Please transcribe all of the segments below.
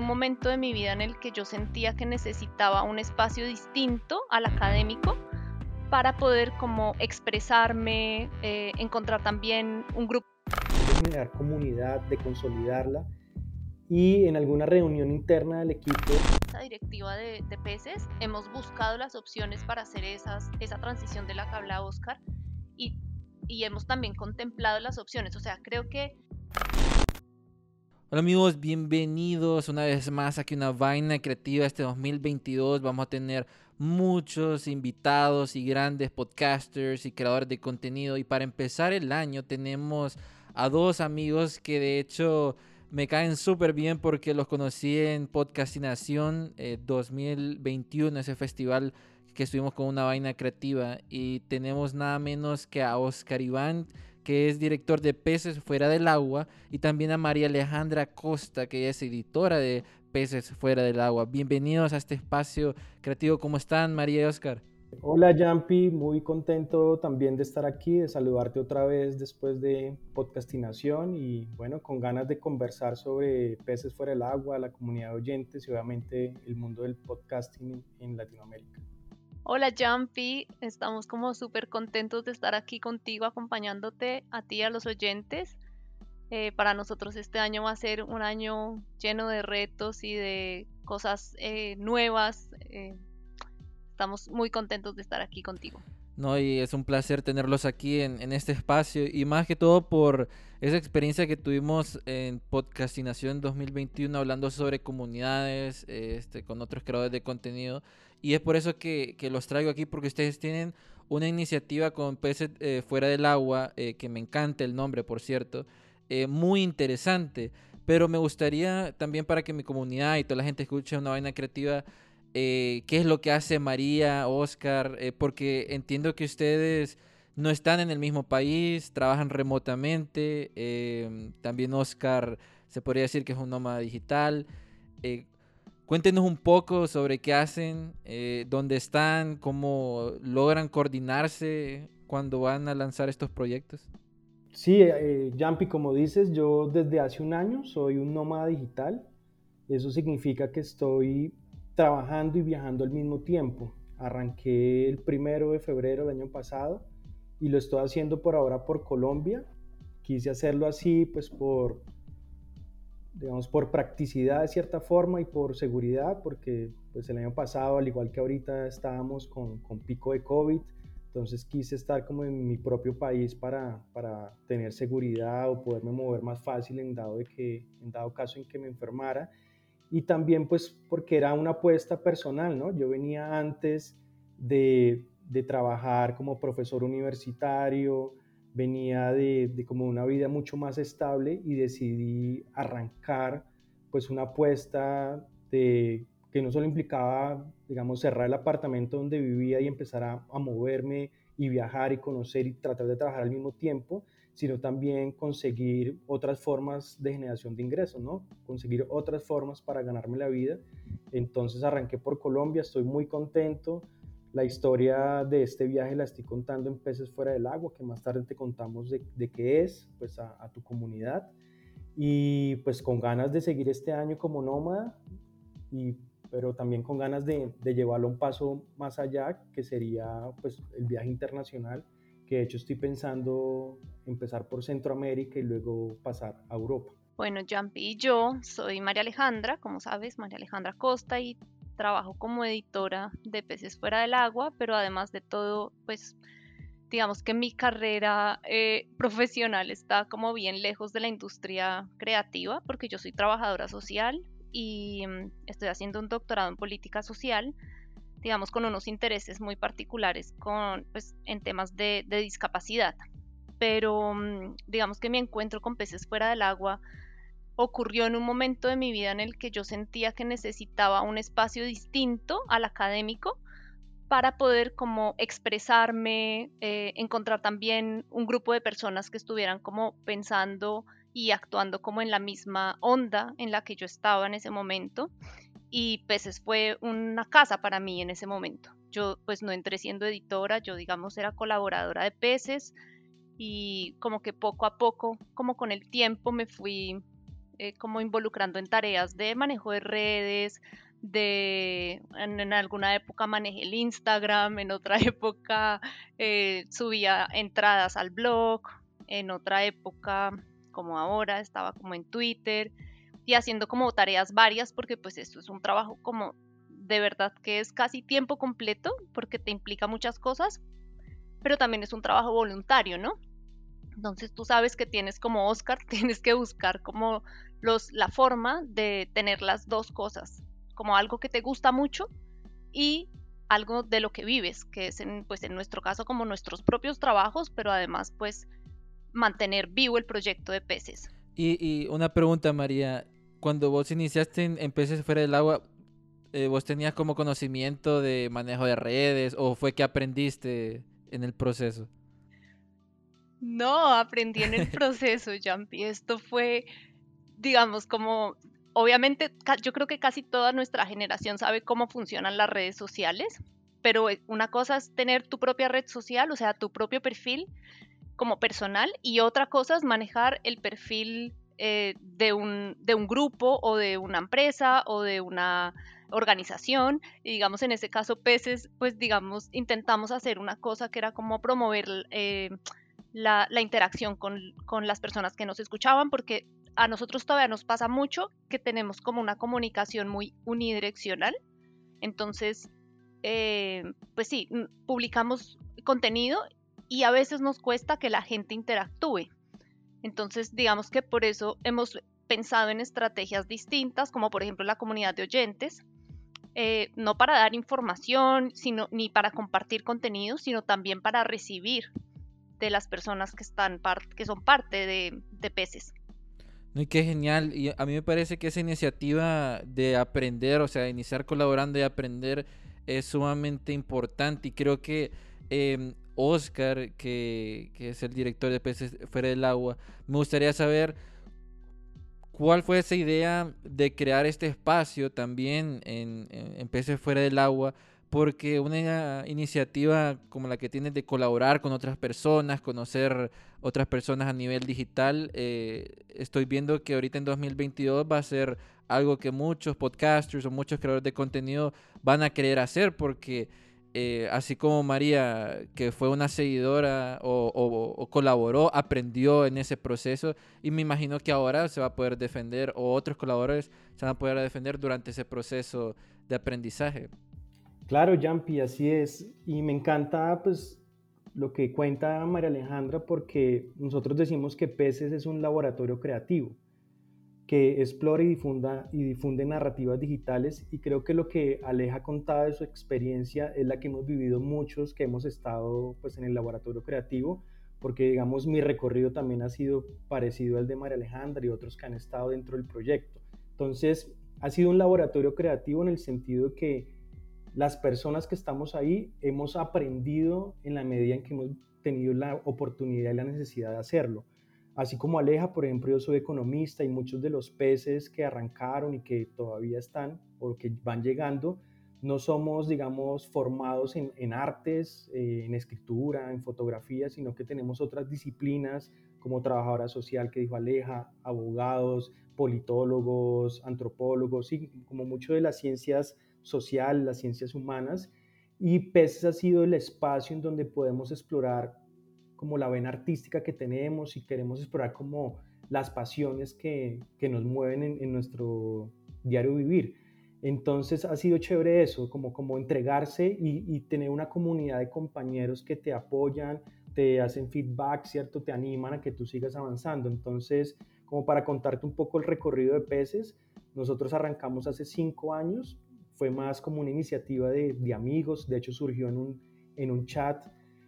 Un momento de mi vida en el que yo sentía que necesitaba un espacio distinto al académico para poder como expresarme, encontrar también un grupo. De generar comunidad, de consolidarla y en alguna reunión interna del equipo. Esa directiva de peces, hemos buscado las opciones para hacer esa transición de la que habla Oscar y, y hemos también contemplado las opciones. O sea, creo que Hola amigos, bienvenidos una vez más aquí a Una Vaina Creativa. Este 2022 vamos a tener muchos invitados y grandes podcasters y creadores de contenido. Y para empezar el año tenemos a dos amigos que de hecho me caen súper bien porque los conocí en Podcastinación 2021, ese festival que estuvimos con Una Vaina Creativa. Y tenemos nada menos que a Oscar Iván, que es director de Peces Fuera del Agua, y también a María Alejandra Costa, que es editora de Peces Fuera del Agua. Bienvenidos a este espacio creativo. ¿Cómo están, María y Oscar? Hola Jampi, muy contento también de estar aquí, de saludarte otra vez después de Podcastinación y bueno, con ganas de conversar sobre Peces Fuera del Agua, la comunidad de oyentes y obviamente el mundo del podcasting en Latinoamérica. Hola Jumpy, estamos como súper contentos de estar aquí contigo, acompañándote a ti y a los oyentes. Para nosotros este año va a ser un año lleno de retos y de cosas nuevas. Estamos muy contentos de estar aquí contigo. No, y es un placer tenerlos aquí en este espacio y más que todo por esa experiencia que tuvimos en Podcastinación 2021 hablando sobre comunidades con otros creadores de contenido, y es por eso que los traigo aquí, porque ustedes tienen una iniciativa con Peces Fuera del Agua, que me encanta el nombre, por cierto, muy interesante, pero me gustaría también, para que mi comunidad y toda la gente escuche Una Vaina Creativa, qué es lo que hace María, Oscar, porque entiendo que ustedes no están en el mismo país, trabajan remotamente. También Oscar se podría decir que es un nómada digital. Eh, Cuéntenos un poco sobre qué hacen, dónde están, cómo logran coordinarse cuando van a lanzar estos proyectos. Sí, Jampi, como dices, yo desde hace un año soy un nómada digital. Eso significa que estoy trabajando y viajando al mismo tiempo. Arranqué el 1 de febrero del año pasado y lo estoy haciendo por ahora por Colombia. Quise hacerlo así, pues digamos, por practicidad de cierta forma y por seguridad, porque pues el año pasado, al igual que ahorita, estábamos con pico de COVID. Entonces quise estar como en mi propio país para tener seguridad o poderme mover más fácil en dado caso en que me enfermara. Y también pues porque era una apuesta personal, ¿no? Yo venía antes de trabajar como profesor universitario, venía de como una vida mucho más estable y decidí arrancar pues una apuesta que no solo implicaba, digamos, cerrar el apartamento donde vivía y empezar a moverme y viajar y conocer y tratar de trabajar al mismo tiempo, sino también conseguir otras formas de generación de ingresos, ¿no? Conseguir otras formas para ganarme la vida. Entonces arranqué por Colombia, estoy muy contento. La historia de este viaje la estoy contando en Peces Fuera del Agua, que más tarde te contamos de qué es, pues a tu comunidad. Y pues con ganas de seguir este año como nómada, pero también con ganas de llevarlo un paso más allá, que sería pues el viaje internacional, que de hecho estoy pensando empezar por Centroamérica y luego pasar a Europa. Bueno, Jumpy, yo soy María Alejandra, como sabes, María Alejandra Costa, y trabajo como editora de Peces Fuera del Agua, pero además de todo, pues digamos que mi carrera profesional está como bien lejos de la industria creativa, porque yo soy trabajadora social y estoy haciendo un doctorado en política social, digamos, con unos intereses muy particulares pues, en temas de discapacidad. Pero digamos que mi encuentro con Peces Fuera del Agua ocurrió en un momento de mi vida en el que yo sentía que necesitaba un espacio distinto al académico para poder como expresarme, encontrar también un grupo de personas que estuvieran como pensando y actuando como en la misma onda en la que yo estaba en ese momento. Y Peces fue una casa para mí en ese momento. Yo pues no entré siendo editora, yo digamos era colaboradora de Peces, y como que poco a poco, como con el tiempo me fui como involucrando en tareas de manejo de redes, en alguna época manejé el Instagram, en otra época subía entradas al blog, en otra época, como ahora, estaba como en Twitter y haciendo como tareas varias porque pues esto es un trabajo como de verdad que es casi tiempo completo porque te implica muchas cosas, pero también es un trabajo voluntario, ¿no? Entonces tú sabes que tienes como Oscar, tienes que buscar como la forma de tener las dos cosas, como algo que te gusta mucho y algo de lo que vives, que es pues en nuestro caso como nuestros propios trabajos, pero además pues mantener vivo el proyecto de peces. Y una pregunta, María, cuando vos iniciaste en Peces Fuera del Agua, ¿vos tenías como conocimiento de manejo de redes o fue que aprendiste en el proceso? No, aprendí en el proceso, Jampi. Esto fue, digamos, como, obviamente, yo creo que casi toda nuestra generación sabe cómo funcionan las redes sociales, pero una cosa es tener tu propia red social, o sea, tu propio perfil como personal, y otra cosa es manejar el perfil de un grupo o de una empresa o de una organización. Y digamos, en ese caso, Peces, pues digamos, intentamos hacer una cosa que era como promover la interacción con las personas que nos escuchaban, porque a nosotros todavía nos pasa mucho que tenemos como una comunicación muy unidireccional. Entonces, pues sí, publicamos contenido y a veces nos cuesta que la gente interactúe. Entonces, digamos que por eso hemos pensado en estrategias distintas, como por ejemplo la comunidad de oyentes, no para dar información, sino, ni para compartir contenido, sino también para recibir de las personas que son parte de Peces. No, y qué genial. Y a mí me parece que esa iniciativa de aprender, o sea, iniciar colaborando y aprender es sumamente importante. Y creo que Oscar, que es el director de Peces Fuera del Agua, me gustaría saber cuál fue esa idea de crear este espacio también en Peces Fuera del Agua, porque una iniciativa como la que tienes de colaborar con otras personas, conocer otras personas a nivel digital, estoy viendo que ahorita en 2022 va a ser algo que muchos podcasters o muchos creadores de contenido van a querer hacer, porque así como María, que fue una seguidora o colaboró, aprendió en ese proceso, y me imagino que ahora se va a poder defender, o otros colaboradores se van a poder defender durante ese proceso de aprendizaje. Claro, Jampi, así es. Y me encanta pues lo que cuenta María Alejandra porque nosotros decimos que Peces es un laboratorio creativo que explora y difunde narrativas digitales, y creo que lo que Aleja contaba de su experiencia es la que hemos vivido muchos que hemos estado pues en el laboratorio creativo, porque digamos mi recorrido también ha sido parecido al de María Alejandra y otros que han estado dentro del proyecto. Entonces ha sido un laboratorio creativo en el sentido que las personas que estamos ahí hemos aprendido en la medida en que hemos tenido la oportunidad y la necesidad de hacerlo. Así como Aleja, por ejemplo, yo soy economista y muchos de los peces que arrancaron y que todavía están o que van llegando, no somos, digamos, formados en artes, en escritura, en fotografía, sino que tenemos otras disciplinas como trabajadora social, que dijo Aleja, abogados, politólogos, antropólogos, y como mucho de las ciencias sociales, las ciencias humanas, y peces ha sido el espacio en donde podemos explorar como la vena artística que tenemos y queremos explorar como las pasiones que nos mueven en nuestro diario vivir. Entonces ha sido chévere eso, como entregarse y tener una comunidad de compañeros que te apoyan, te hacen feedback, ¿cierto? Te animan a que tú sigas avanzando. Entonces, como para contarte un poco el recorrido de Peces, nosotros arrancamos hace 5 años, fue más como una iniciativa de amigos, de hecho surgió en un chat,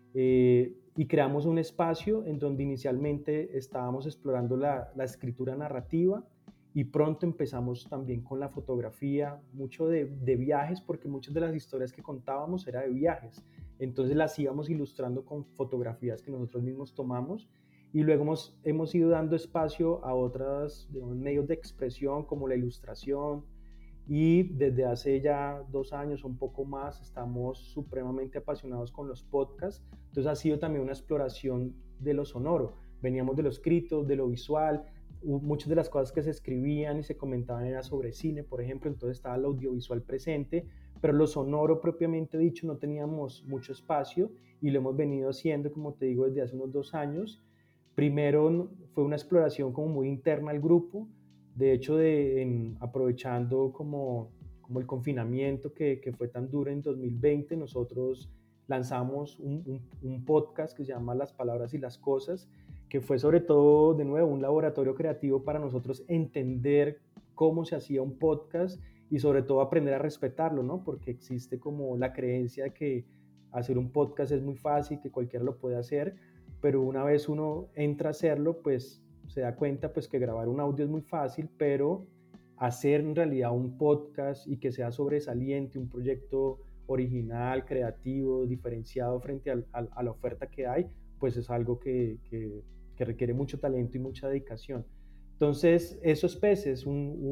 y creamos un espacio en donde inicialmente estábamos explorando la escritura narrativa, y pronto empezamos también con la fotografía, mucho de viajes, porque muchas de las historias que contábamos era de viajes, entonces las íbamos ilustrando con fotografías que nosotros mismos tomamos, y luego hemos ido dando espacio a otros medios de expresión como la ilustración, y desde hace ya 2 años o un poco más estamos supremamente apasionados con los podcasts. Entonces ha sido también una exploración de lo sonoro. Veníamos de lo escrito, de lo visual, muchas de las cosas que se escribían y se comentaban era sobre cine, por ejemplo, entonces estaba el audiovisual presente, pero lo sonoro propiamente dicho no teníamos mucho espacio y lo hemos venido haciendo, como te digo, desde hace unos 2 años. Primero fue una exploración como muy interna al grupo, de hecho aprovechando como el confinamiento que fue tan duro en 2020, nosotros lanzamos un podcast que se llama Las Palabras y las Cosas, que fue sobre todo, de nuevo, un laboratorio creativo para nosotros entender cómo se hacía un podcast y sobre todo aprender a respetarlo, ¿no? Porque existe como la creencia de que hacer un podcast es muy fácil, que cualquiera lo puede hacer, pero una vez uno entra a hacerlo, pues se da cuenta pues que grabar un audio es muy fácil, pero hacer en realidad un podcast y que sea sobresaliente, un proyecto original, creativo, diferenciado frente a la oferta que hay, pues es algo que requiere mucho talento y mucha dedicación. Entonces, eso es PES, es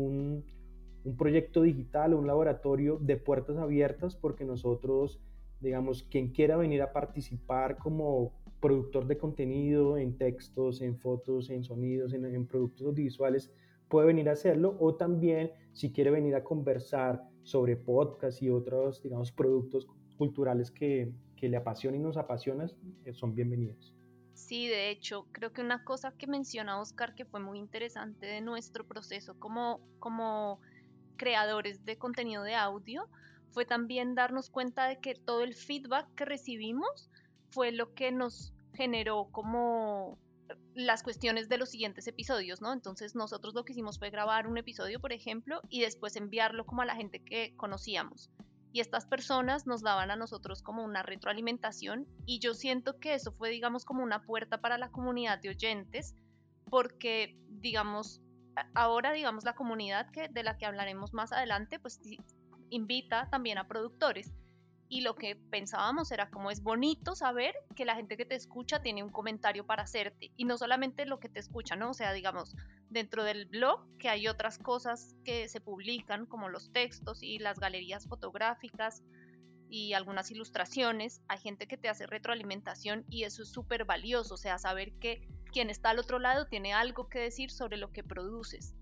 un proyecto digital, un laboratorio de puertas abiertas, porque nosotros, digamos, quien quiera venir a participar como productor de contenido en textos, en fotos, en sonidos, en productos audiovisuales, puede venir a hacerlo, o también si quiere venir a conversar sobre podcast y otros, digamos, productos culturales que le apasionan y nos apasionan, son bienvenidos. Sí, de hecho, creo que una cosa que menciona Oscar que fue muy interesante de nuestro proceso como creadores de contenido de audio fue también darnos cuenta de que todo el feedback que recibimos fue lo que nos generó como las cuestiones de los siguientes episodios, ¿no? Entonces nosotros lo que hicimos fue grabar un episodio, por ejemplo, y después enviarlo como a la gente que conocíamos. Y estas personas nos daban a nosotros como una retroalimentación y yo siento que eso fue, digamos, como una puerta para la comunidad de oyentes, porque, digamos, ahora, digamos, la comunidad de la que hablaremos más adelante, pues invita también a productores. Y lo que pensábamos era como es bonito saber que la gente que te escucha tiene un comentario para hacerte y no solamente lo que te escucha, ¿no? O sea, digamos, dentro del blog que hay otras cosas que se publican como los textos y las galerías fotográficas y algunas ilustraciones, hay gente que te hace retroalimentación y eso es súper valioso, o sea, saber que quien está al otro lado tiene algo que decir sobre lo que produces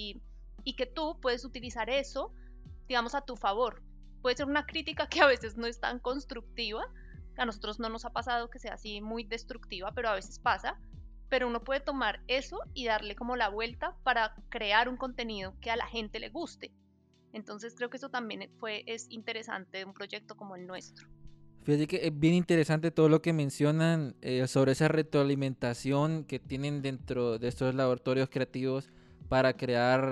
y que tú puedes utilizar eso, digamos, a tu favor. Puede ser una crítica que a veces no es tan constructiva, a nosotros no nos ha pasado que sea así muy destructiva, pero a veces pasa, pero uno puede tomar eso y darle como la vuelta para crear un contenido que a la gente le guste. Entonces creo que eso también es interesante de un proyecto como el nuestro. Fíjate que es bien interesante todo lo que mencionan sobre esa retroalimentación que tienen dentro de estos laboratorios creativos para crear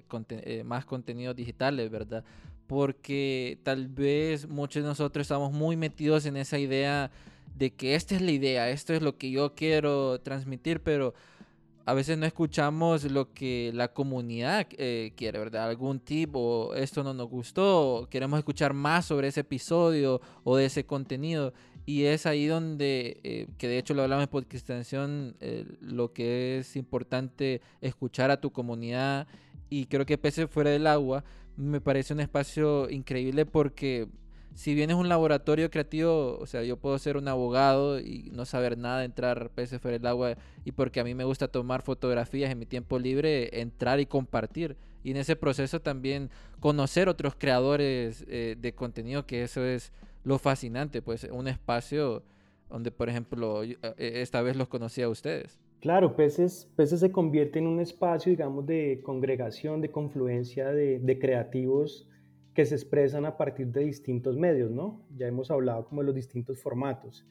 más contenidos digitales, ¿verdad? Porque tal vez muchos de nosotros estamos muy metidos en esa idea de que esta es la idea, esto es lo que yo quiero transmitir, pero a veces no escuchamos lo que la comunidad quiere, ¿verdad? Algún tip o esto no nos gustó, o queremos escuchar más sobre ese episodio o de ese contenido. Y es ahí donde, que de hecho lo hablamos en Podcastación, lo que es importante escuchar a tu comunidad. Y creo que Peces Fuera del Agua me parece un espacio increíble porque si bien es un laboratorio creativo, o sea, yo puedo ser un abogado y no saber nada, entrar Peces Fuera del Agua, y porque a mí me gusta tomar fotografías en mi tiempo libre, entrar y compartir. Y en ese proceso también conocer otros creadores de contenido, que eso es lo fascinante, pues un espacio donde, por ejemplo, esta vez los conocí a ustedes. Claro, Peces se convierte en un espacio, digamos, de congregación, de confluencia de creativos que se expresan a partir de distintos medios, ¿no? Ya hemos hablado como de los distintos formatos.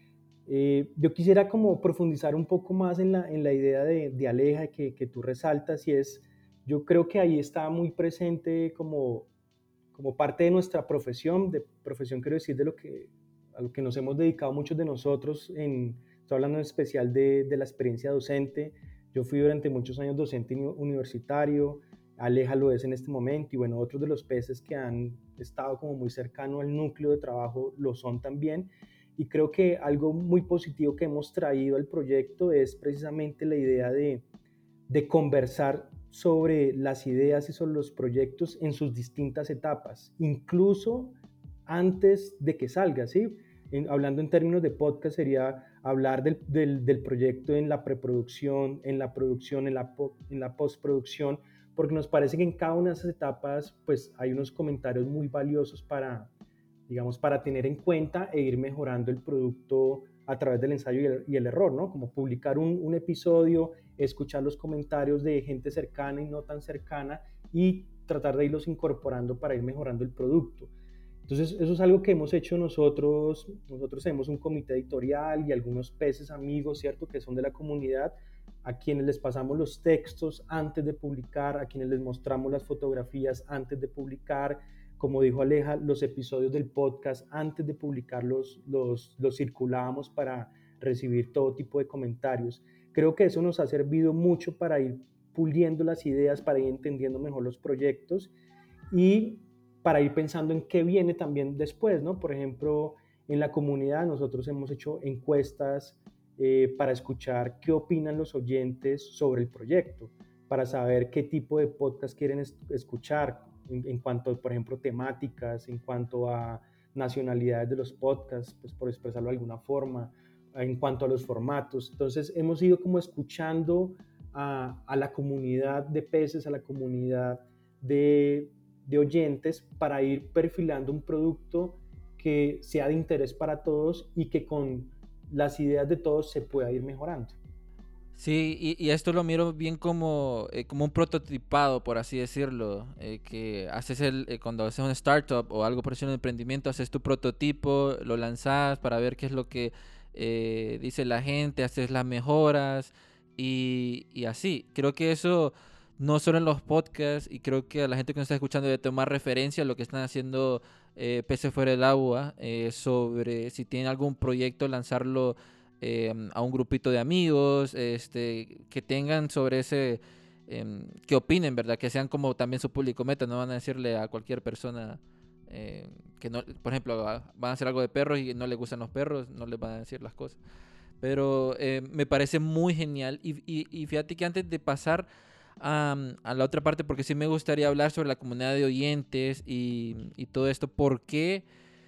Yo quisiera como profundizar un poco más en la idea de Aleja que tú resaltas, y es, yo creo que ahí está muy presente como parte de nuestra profesión, de profesión quiero decir a lo que nos hemos dedicado muchos de nosotros, estoy hablando en especial de la experiencia docente. Yo fui durante muchos años docente universitario, Aleja lo es en este momento, y bueno, otros de los peces que han estado como muy cercano al núcleo de trabajo lo son también. Y creo que algo muy positivo que hemos traído al proyecto es precisamente la idea de conversar sobre las ideas y sobre los proyectos en sus distintas etapas, incluso antes de que salga, ¿sí? Hablando en términos de podcast, sería hablar del proyecto en la preproducción, en la producción, en la postproducción, porque nos parece que en cada una de esas etapas pues hay unos comentarios muy valiosos para, digamos, para tener en cuenta e ir mejorando el producto a través del ensayo y el error, ¿no? Como publicar un episodio, escuchar los comentarios de gente cercana y no tan cercana y tratar de irlos incorporando para ir mejorando el producto. Entonces, eso es algo que hemos hecho nosotros. Nosotros tenemos un comité editorial y algunos peces amigos, ¿cierto?, que son de la comunidad, a quienes les pasamos los textos antes de publicar, a quienes les mostramos las fotografías antes de publicar. Como dijo Aleja, los episodios del podcast antes de publicarlos los circulábamos para recibir todo tipo de comentarios. Creo que eso nos ha servido mucho para ir puliendo las ideas, para ir entendiendo mejor los proyectos y para ir pensando en qué viene también después, ¿no? Por ejemplo, en la comunidad nosotros hemos hecho encuestas para escuchar qué opinan los oyentes sobre el proyecto, para saber qué tipo de podcast quieren escuchar en cuanto, por ejemplo, temáticas, en cuanto a nacionalidades de los podcasts, pues por expresarlo de alguna forma, en cuanto a los formatos. Entonces hemos ido como escuchando a la comunidad de peces, a la comunidad de oyentes para ir perfilando un producto que sea de interés para todos y que con las ideas de todos se pueda ir mejorando. Sí, y esto lo miro bien como un prototipado, por así decirlo, que haces cuando haces un startup o algo por decirlo, un emprendimiento, haces tu prototipo, lo lanzas para ver qué es lo que dice la gente, haces las mejoras y así. Creo que eso no solo en los podcasts, y creo que a la gente que nos está escuchando debe tomar referencia a lo que están haciendo Peces Fuera del Agua, sobre si tienen algún proyecto, lanzarlo a un grupito de amigos, que tengan sobre ese, que opinen, ¿verdad? Que sean como también su público meta, no van a decirle a cualquier persona que no, por ejemplo, van a hacer algo de perros y no les gustan los perros, no les van a decir las cosas. Pero me parece muy genial y fíjate que antes de pasar a la otra parte, porque sí me gustaría hablar sobre la comunidad de oyentes y todo esto, ¿por qué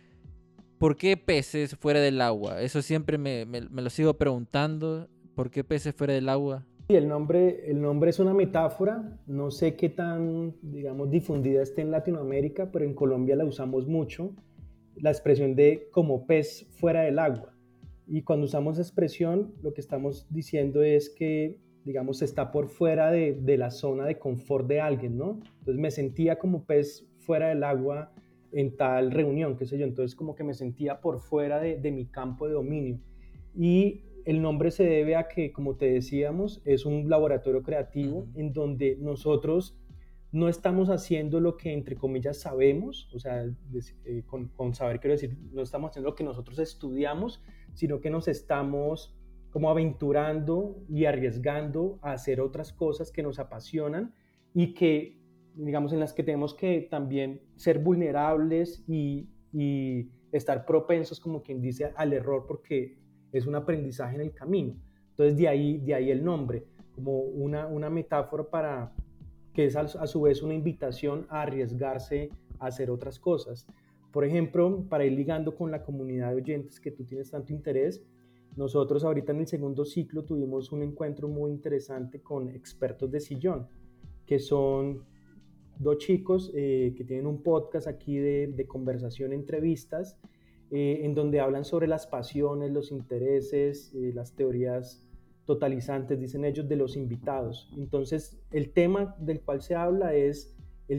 peces fuera del agua? Eso siempre me lo sigo preguntando. ¿Por qué peces fuera del agua? Sí, el nombre es una metáfora. No sé qué tan, digamos, difundida esté en Latinoamérica, pero en Colombia la usamos mucho. La expresión de como pez fuera del agua. Y cuando usamos esa expresión, lo que estamos diciendo es que, digamos, está por fuera de la zona de confort de alguien, ¿no? Entonces me sentía como pez fuera del agua en tal reunión, qué sé yo, entonces como que me sentía por fuera de mi campo de dominio. Y el nombre se debe a que, como te decíamos, es un laboratorio creativo en donde nosotros no estamos haciendo lo que entre comillas sabemos, o sea, con saber quiero decir, no estamos haciendo lo que nosotros estudiamos, sino que nos estamos como aventurando y arriesgando a hacer otras cosas que nos apasionan y que, digamos, en las que tenemos que también ser vulnerables y estar propensos, como quien dice, al error, porque es un aprendizaje en el camino. Entonces de ahí el nombre, como una metáfora para que es a su vez una invitación a arriesgarse a hacer otras cosas. Por ejemplo, para ir ligando con la comunidad de oyentes que tú tienes tanto interés, nosotros ahorita en el segundo ciclo tuvimos un encuentro muy interesante con expertos de sillón, que son dos chicos que tienen un podcast aquí de conversación, entrevistas, en donde hablan sobre las pasiones, los intereses, las teorías totalizantes, dicen ellos, de los invitados. Entonces, el tema del cual se habla es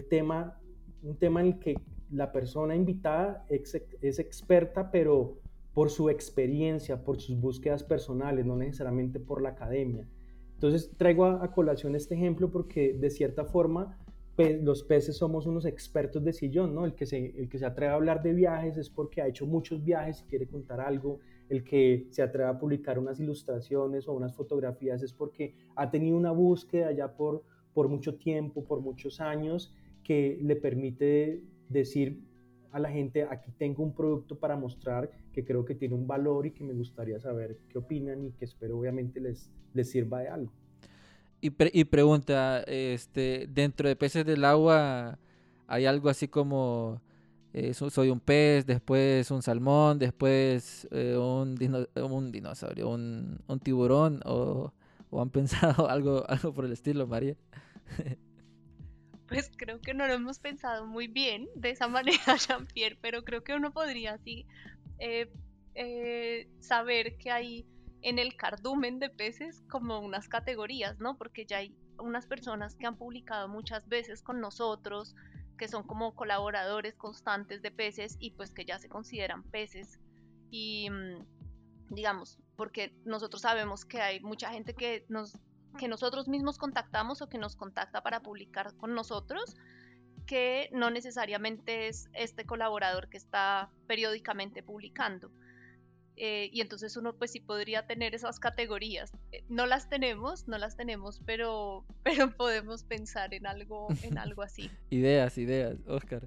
un tema en el que la persona invitada es experta, pero por su experiencia, por sus búsquedas personales, no necesariamente por la academia. Entonces, traigo a colación este ejemplo porque, de cierta forma, los peces somos unos expertos de sillón, ¿no? El que se atreve a hablar de viajes es porque ha hecho muchos viajes y quiere contar algo. El que se atreve a publicar unas ilustraciones o unas fotografías es porque ha tenido una búsqueda ya por mucho tiempo, por muchos años, que le permite decir a la gente, aquí tengo un producto para mostrar que creo que tiene un valor y que me gustaría saber qué opinan y que espero obviamente les sirva de algo. Y pregunta, dentro de Peces del Agua hay algo así como soy un pez, después un salmón, después un dinosaurio, un tiburón, o han pensado algo por el estilo, María. Pues creo que no lo hemos pensado muy bien de esa manera, Jean-Pierre, pero creo que uno podría así eh, saber que hay en el cardumen de peces como unas categorías, ¿no? Porque ya hay unas personas que han publicado muchas veces con nosotros, que son como colaboradores constantes de peces y pues que ya se consideran peces. Y digamos, porque nosotros sabemos que hay mucha gente que nosotros mismos contactamos o que nos contacta para publicar con nosotros, que no necesariamente es este colaborador que está periódicamente publicando. Y entonces uno pues sí podría tener esas categorías. No las tenemos, pero podemos pensar en algo así. Ideas, Oscar.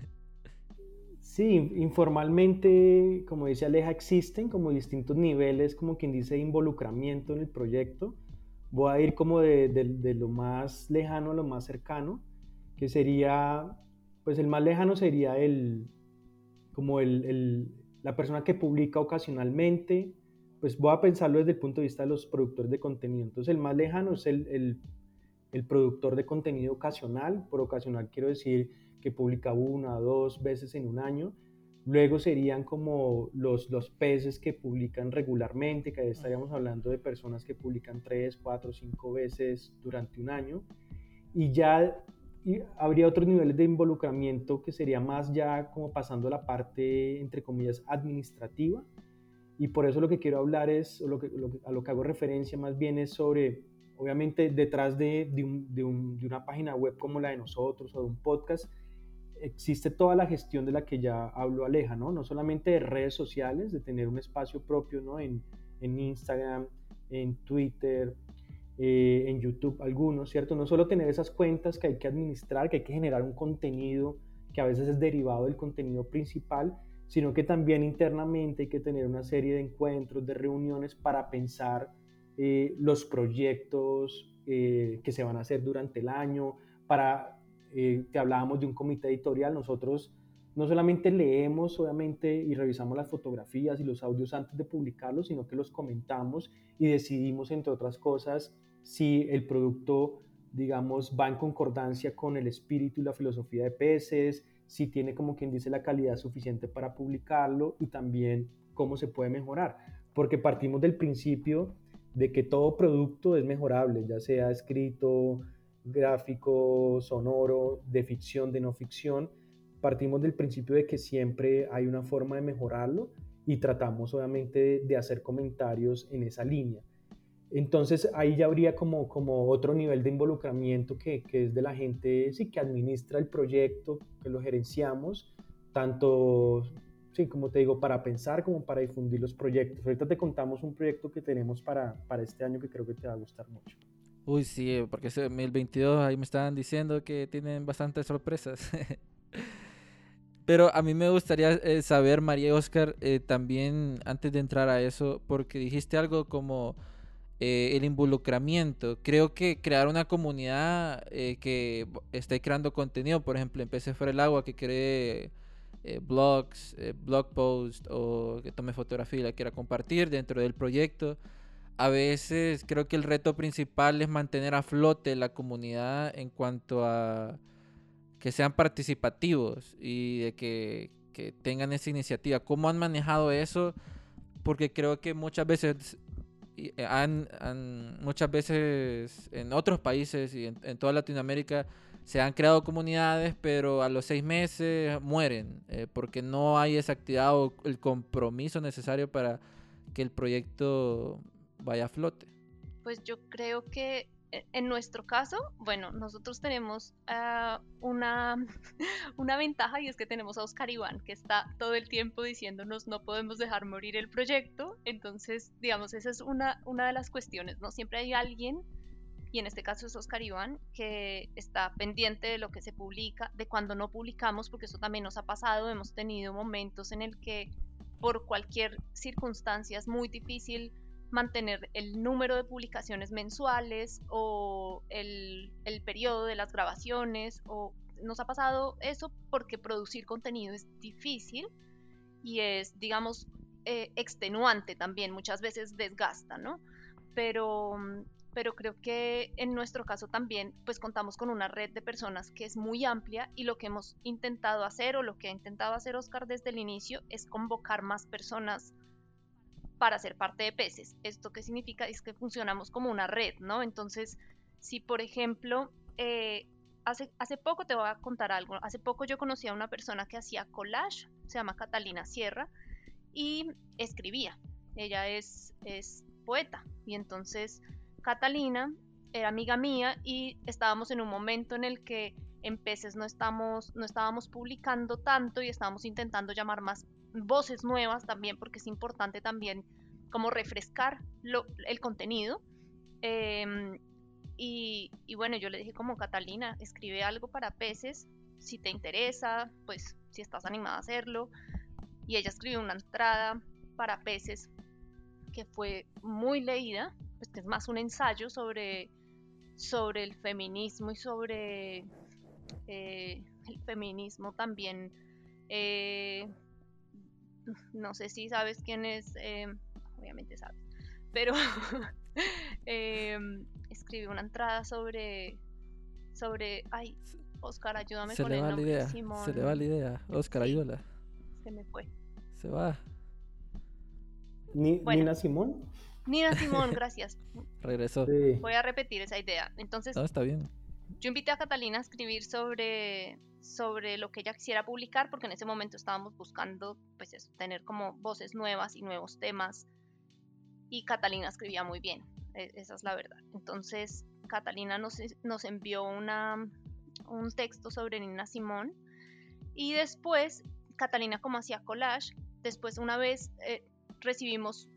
Sí, informalmente, como dice Aleja, existen como distintos niveles, como quien dice, de involucramiento en el proyecto. Voy a ir como de lo más lejano a lo más cercano, que sería, pues el más lejano sería como la persona que publica ocasionalmente. Pues voy a pensarlo desde el punto de vista de los productores de contenido. Entonces el más lejano es el productor de contenido ocasional. Por ocasional quiero decir que publica 1 o 2 veces en un año. Luego serían como los peces que publican regularmente, que ahí estaríamos hablando de personas que publican 3, 4, 5 veces durante un año. Y ya habría otros niveles de involucramiento que sería más ya como pasando a la parte, entre comillas, administrativa. Y por eso lo que quiero hablar es, o a lo que hago referencia más bien es sobre, obviamente detrás de una página web como la de nosotros o de un podcast, existe toda la gestión de la que ya habló Aleja, ¿no? No solamente de redes sociales, de tener un espacio propio, ¿no? En Instagram, en Twitter, en YouTube, algunos, ¿cierto? No solo tener esas cuentas que hay que administrar, que hay que generar un contenido que a veces es derivado del contenido principal, sino que también internamente hay que tener una serie de encuentros, de reuniones para pensar los proyectos que se van a hacer durante el año, te hablábamos de un comité editorial. Nosotros no solamente leemos, obviamente, y revisamos las fotografías y los audios antes de publicarlos, sino que los comentamos y decidimos, entre otras cosas, si el producto, digamos, va en concordancia con el espíritu y la filosofía de Peces, si tiene, como quien dice, la calidad suficiente para publicarlo y también cómo se puede mejorar. Porque partimos del principio de que todo producto es mejorable, ya sea escrito, gráfico, sonoro, de ficción, de no ficción. Partimos del principio de que siempre hay una forma de mejorarlo y tratamos obviamente de hacer comentarios en esa línea. Entonces ahí ya habría como otro nivel de involucramiento que es de la gente, sí, que administra el proyecto, que lo gerenciamos, tanto, sí, como te digo, para pensar como para difundir los proyectos. Ahorita te contamos un proyecto que tenemos para este año que creo que te va a gustar mucho. Uy, sí, porque ese 2022 ahí me estaban diciendo que tienen bastantes sorpresas. Pero a mí me gustaría saber, María y Oscar, también antes de entrar a eso, porque dijiste algo como el involucramiento. Creo que crear una comunidad que esté creando contenido, por ejemplo, en Peces Fuera del Agua, que cree blogs, blog posts o que tome fotografía y la quiera compartir dentro del proyecto. A veces creo que el reto principal es mantener a flote la comunidad en cuanto a que sean participativos y de que tengan esa iniciativa. ¿Cómo han manejado eso? Porque creo que muchas veces muchas veces en otros países y en toda Latinoamérica se han creado comunidades, pero a los 6 meses mueren porque no hay esa actividad o el compromiso necesario para que el proyecto vaya a flote. Pues yo creo que en nuestro caso, bueno, nosotros tenemos una ventaja, y es que tenemos a Oscar Iván, que está todo el tiempo diciéndonos no podemos dejar morir el proyecto. Entonces, digamos, esa es una de las cuestiones, ¿no? Siempre hay alguien, y en este caso es Oscar Iván, que está pendiente de lo que se publica, de cuando no publicamos, porque eso también nos ha pasado. Hemos tenido momentos en el que por cualquier circunstancia es muy difícil mantener el número de publicaciones mensuales o el periodo de las grabaciones, o nos ha pasado eso porque producir contenido es difícil y es, digamos, extenuante también, muchas veces desgasta, ¿no? Pero, pero creo que en nuestro caso también pues contamos con una red de personas que es muy amplia y lo que hemos intentado hacer o lo que ha intentado hacer Oscar desde el inicio es convocar más personas para ser parte de Peces. ¿Esto qué significa? Es que funcionamos como una red, ¿no? Entonces, si por ejemplo, hace poco te voy a contar algo, hace poco yo conocí a una persona que hacía collage, se llama Catalina Sierra, y escribía. Ella es poeta y entonces Catalina era amiga mía y estábamos en un momento en el que en Peces no estábamos publicando tanto y estábamos intentando llamar más voces nuevas también porque es importante también como refrescar el contenido. Y bueno, yo le dije como Catalina, escribe algo para Peces, si te interesa, pues si estás animada a hacerlo. Y ella escribió una entrada para Peces que fue muy leída, pues que es más un ensayo sobre el feminismo y sobre el feminismo también. eh, no sé si sabes quién es, obviamente sabes, pero eh, escribió una entrada ay, Oscar, ayúdame Se con le el va la nombre, idea, se le va la Simón, idea. Oscar, sí, ayúdala. se me fue. Se va. Bueno, Nina Simón. Nina Simón, gracias. Regresó. Sí. Voy a repetir esa idea. Entonces, No, está bien. yo invité a Catalina a escribir sobre lo que ella quisiera publicar, porque en ese momento estábamos buscando, pues eso, tener como voces nuevas y nuevos temas. Y Catalina escribía muy bien, esa es la verdad. Entonces, Catalina nos envió un texto sobre Nina Simón. Y después, Catalina, como hacía collage, después una vez recibimos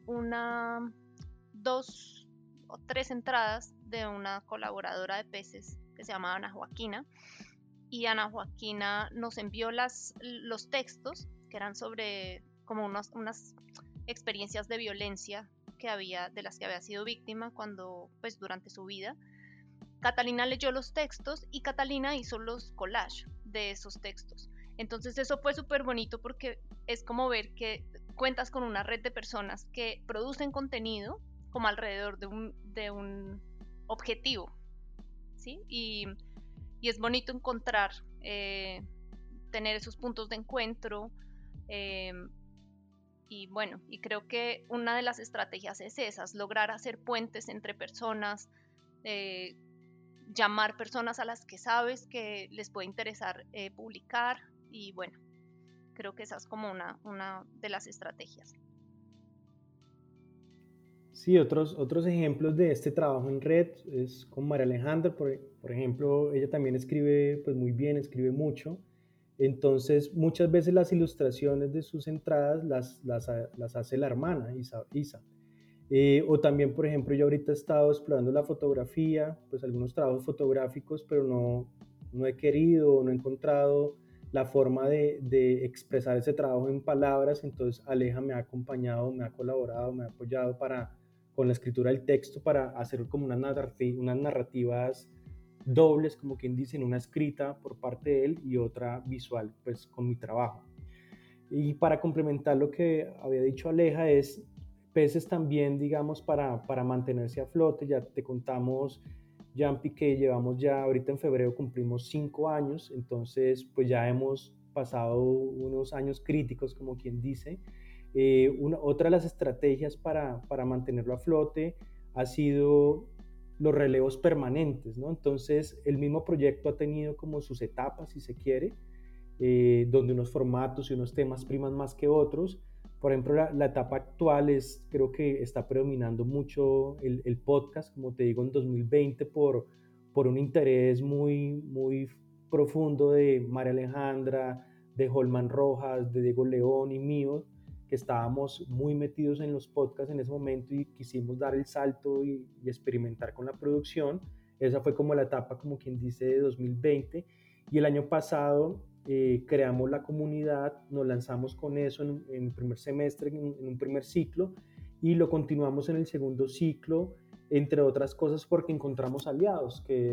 dos o tres entradas de una colaboradora de Peces que se llama Ana Joaquina, y Ana Joaquina nos envió los textos que eran sobre como unas experiencias de violencia de las que había sido víctima pues durante su vida. Catalina leyó los textos y Catalina hizo los collages de esos textos. Entonces eso fue súper bonito porque es como ver que cuentas con una red de personas que producen contenido como alrededor de un objetivo, ¿sí? Y es bonito encontrar, tener esos puntos de encuentro. eh, y bueno, y creo que una de las estrategias es esas, lograr hacer puentes entre personas, eh, llamar personas a las que sabes que les puede interesar publicar, y bueno, creo que esa es como una de las estrategias. Sí, otros ejemplos de este trabajo en red es con María Alejandra, por ejemplo, ella también escribe pues muy bien, escribe mucho, entonces muchas veces las ilustraciones de sus entradas las hace la hermana, Isa. O también, por ejemplo, yo ahorita he estado explorando la fotografía, pues algunos trabajos fotográficos, pero no he querido, no he encontrado la forma de expresar ese trabajo en palabras, entonces Aleja me ha acompañado, me ha colaborado, me ha apoyado con la escritura del texto para hacer como unas narrativas dobles, como quien dice, una escrita por parte de él y otra visual, pues con mi trabajo. Y para complementar lo que había dicho Aleja es Peces también, digamos, para mantenerse a flote. Ya te contamos, Jampi, que llevamos ya, ahorita en febrero cumplimos 5 años, entonces pues ya hemos pasado unos años críticos, como quien dice. Otra de las estrategias para mantenerlo a flote ha sido los relevos permanentes, ¿no? Entonces el mismo proyecto ha tenido como sus etapas, si se quiere, donde unos formatos y unos temas priman más que otros. Por ejemplo, la etapa actual creo que está predominando mucho el podcast, como te digo, en 2020 por un interés muy, muy profundo de María Alejandra, de Holman Rojas, de Diego León y mío, que estábamos muy metidos en los podcasts en ese momento y quisimos dar el salto y experimentar con la producción. Esa fue como la etapa, como quien dice, de 2020. Y el año pasado creamos la comunidad, nos lanzamos con eso en el primer semestre, en un primer ciclo, y lo continuamos en el segundo ciclo, entre otras cosas porque encontramos aliados, que es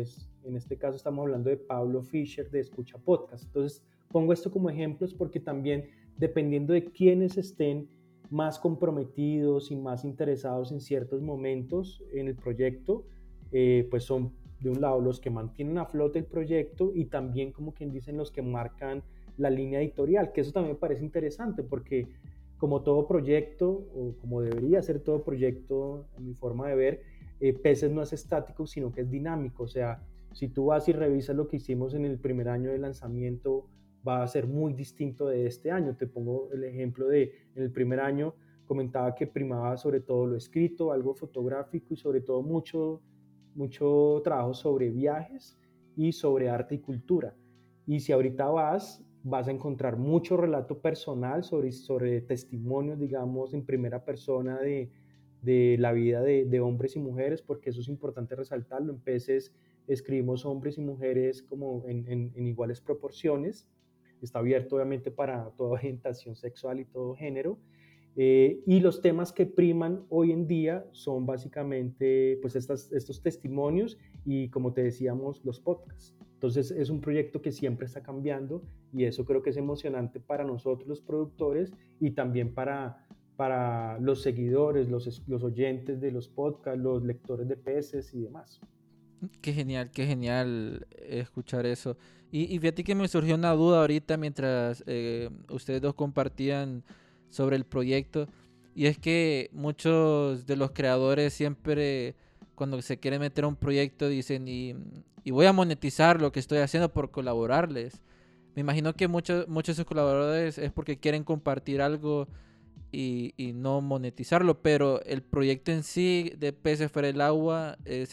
En este caso estamos hablando de Pablo Fischer de Escucha Podcast. Entonces pongo esto como ejemplos porque también dependiendo de quiénes estén más comprometidos y más interesados en ciertos momentos en el proyecto, pues son de un lado los que mantienen a flote el proyecto y también como quien dicen los que marcan la línea editorial, que eso también me parece interesante porque como todo proyecto o como debería ser todo proyecto en mi forma de ver, Peces no es estático sino que es dinámico, o sea, si tú vas y revisas lo que hicimos en el primer año de lanzamiento va a ser muy distinto de este año. Te pongo el ejemplo de en el primer año comentaba que primaba sobre todo lo escrito, algo fotográfico y sobre todo mucho trabajo sobre viajes y sobre arte y cultura. Y si ahorita vas a encontrar mucho relato personal sobre testimonios, digamos, en primera persona de la vida de hombres y mujeres, porque eso es importante resaltarlo. En Peces escribimos hombres y mujeres como en iguales proporciones. Está abierto obviamente para toda orientación sexual y todo género. Y los temas que priman hoy en día son básicamente pues estos testimonios y como te decíamos los podcasts. Entonces es un proyecto que siempre está cambiando y eso creo que es emocionante para nosotros los productores y también para los seguidores, los oyentes de los podcasts, los lectores de Peces y demás. Qué genial escuchar eso. Y fíjate que me surgió una duda ahorita mientras ustedes dos compartían sobre el proyecto. Y es que muchos de los creadores siempre, cuando se quieren meter a un proyecto, dicen, y voy a monetizar lo que estoy haciendo por colaborarles. Me imagino que muchos de sus colaboradores es porque quieren compartir algo y no monetizarlo, pero el proyecto en sí de Peces Fuera del Agua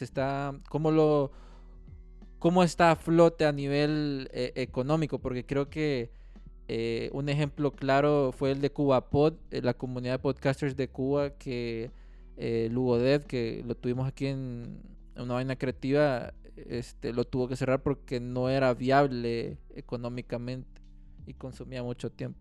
¿cómo está a flote a nivel económico? Porque creo que un ejemplo claro fue el de CubaPod, la comunidad de podcasters de Cuba, que Lugodet, que lo tuvimos aquí en una vaina creativa, lo tuvo que cerrar porque no era viable económicamente y consumía mucho tiempo.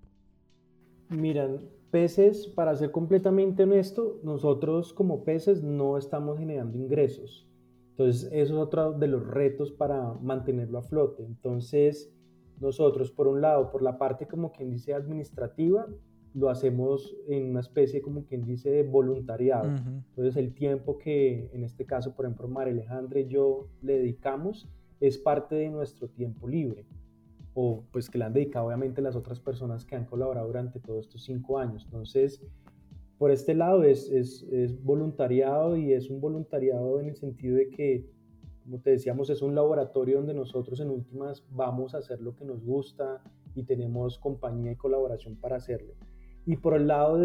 Miran, Peces, para ser completamente honesto, nosotros como Peces no estamos generando ingresos. Entonces, eso es otro de los retos para mantenerlo a flote. Entonces, nosotros, por un lado, por la parte como quien dice administrativa, lo hacemos en una especie como quien dice de voluntariado. Uh-huh. Entonces, el tiempo que en este caso, por ejemplo, María Alejandra y yo le dedicamos es parte de nuestro tiempo libre o pues que le han dedicado obviamente las otras personas que han colaborado durante todos estos 5 años. Entonces, por este lado es voluntariado y es un voluntariado en el sentido de que, como te decíamos, es un laboratorio donde nosotros en últimas vamos a hacer lo que nos gusta y tenemos compañía y colaboración para hacerlo. Y por el lado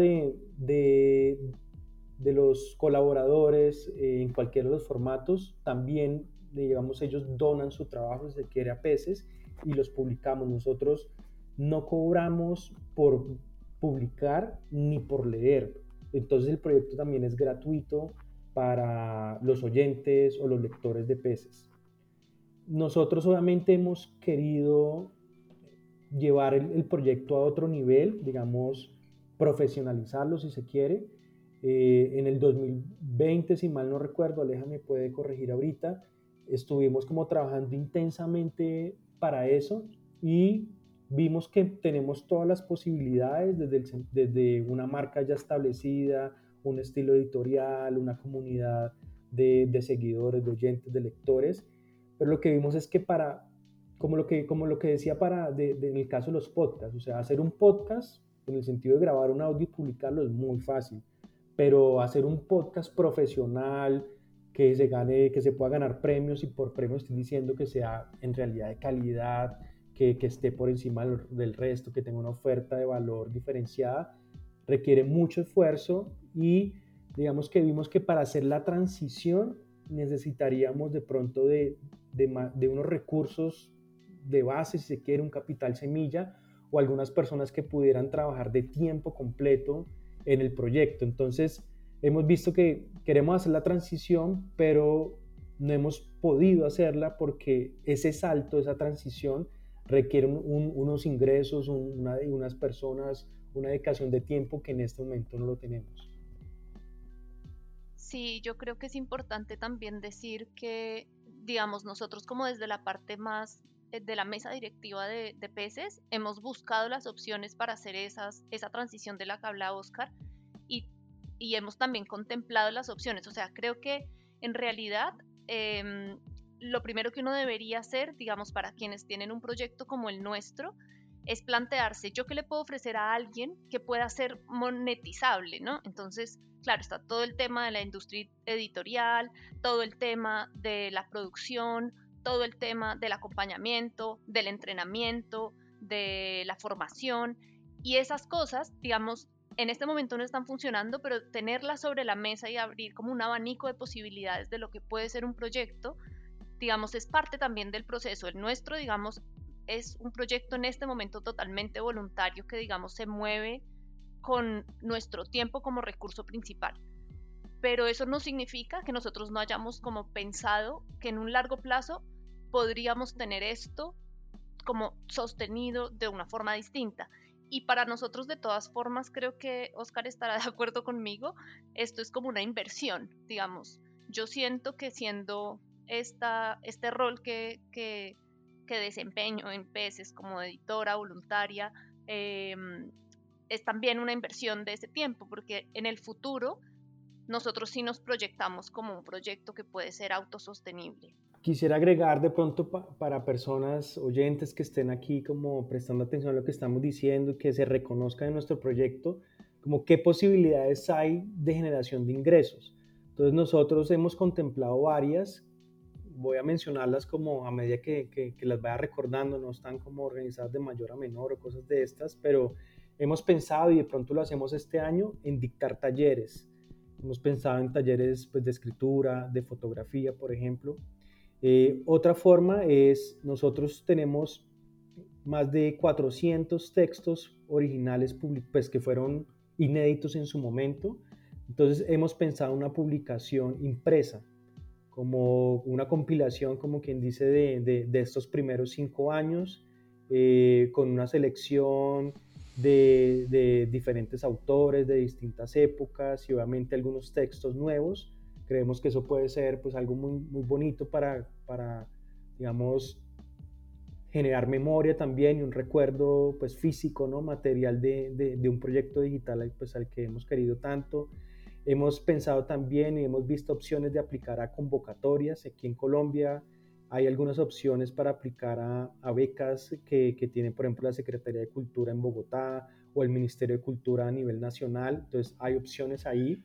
de los colaboradores en cualquiera de los formatos, también, digamos, ellos donan su trabajo si se quiere a Peces y los publicamos. Nosotros no cobramos por publicar ni por leer. Entonces el proyecto también es gratuito para los oyentes o los lectores de Peces. Nosotros obviamente hemos querido llevar el proyecto a otro nivel, digamos, profesionalizarlo si se quiere. En el 2020, si mal no recuerdo, Aleja me puede corregir ahorita, estuvimos como trabajando intensamente para eso y vimos que tenemos todas las posibilidades desde una marca ya establecida, un estilo editorial, una comunidad de seguidores, de oyentes, de lectores, pero lo que vimos es que como lo que decía en el caso de los podcasts, o sea, hacer un podcast en el sentido de grabar un audio y publicarlo es muy fácil, pero hacer un podcast profesional que se pueda ganar premios, y por premios estoy diciendo que sea en realidad de calidad, que esté por encima del resto, que tenga una oferta de valor diferenciada, requiere mucho esfuerzo y digamos que vimos que para hacer la transición necesitaríamos de pronto de unos recursos de base, si se quiere, un capital semilla o algunas personas que pudieran trabajar de tiempo completo en el proyecto. Entonces hemos visto que queremos hacer la transición, pero no hemos podido hacerla porque ese salto, esa transición requiere unos ingresos, unas personas, una dedicación de tiempo que en este momento no lo tenemos. Sí, yo creo que es importante también decir que digamos, nosotros como desde la parte más de la mesa directiva de peces, hemos buscado las opciones para hacer esa transición de la que habla Oscar y, y hemos también contemplado las opciones. O sea, creo que en realidad lo primero que uno debería hacer, digamos, para quienes tienen un proyecto como el nuestro, es plantearse, ¿yo qué le puedo ofrecer a alguien que pueda ser monetizable, ¿no? Entonces, claro, está todo el tema de la industria editorial, todo el tema de la producción, todo el tema del acompañamiento, del entrenamiento, de la formación, y esas cosas, digamos, en este momento no están funcionando, pero tenerlas sobre la mesa y abrir como un abanico de posibilidades de lo que puede ser un proyecto, digamos, es parte también del proceso. El nuestro, digamos, es un proyecto en este momento totalmente voluntario que, digamos, se mueve con nuestro tiempo como recurso principal. Pero eso no significa que nosotros no hayamos como pensado que en un largo plazo podríamos tener esto como sostenido de una forma distinta. Y para nosotros, de todas formas, creo que Oscar estará de acuerdo conmigo, esto es como una inversión, digamos. Yo siento que siendo este rol que desempeño en Peces como editora voluntaria, es también una inversión de ese tiempo, porque en el futuro nosotros sí nos proyectamos como un proyecto que puede ser autosostenible. Quisiera agregar de pronto para personas oyentes que estén aquí como prestando atención a lo que estamos diciendo y que se reconozcan en nuestro proyecto, como qué posibilidades hay de generación de ingresos. Entonces nosotros hemos contemplado varias, voy a mencionarlas como a medida que las vaya recordando, no están como organizadas de mayor a menor o cosas de estas, pero hemos pensado, y de pronto lo hacemos este año, en dictar talleres. Hemos pensado en talleres pues, de escritura, de fotografía, por ejemplo. Otra forma es, nosotros tenemos más de 400 textos originales pues, que fueron inéditos en su momento. Entonces hemos pensado una publicación impresa, como una compilación, como quien dice, de estos primeros 5 años, con una selección de diferentes autores de distintas épocas y obviamente algunos textos nuevos. Creemos que eso puede ser pues algo muy, muy bonito para, digamos, generar memoria también y un recuerdo pues físico, ¿no? Material de un proyecto digital pues, al que hemos querido tanto. Hemos pensado también y hemos visto opciones de aplicar a convocatorias. Aquí en Colombia hay algunas opciones para aplicar a becas que tiene, por ejemplo, la Secretaría de Cultura en Bogotá o el Ministerio de Cultura a nivel nacional. Entonces hay opciones ahí.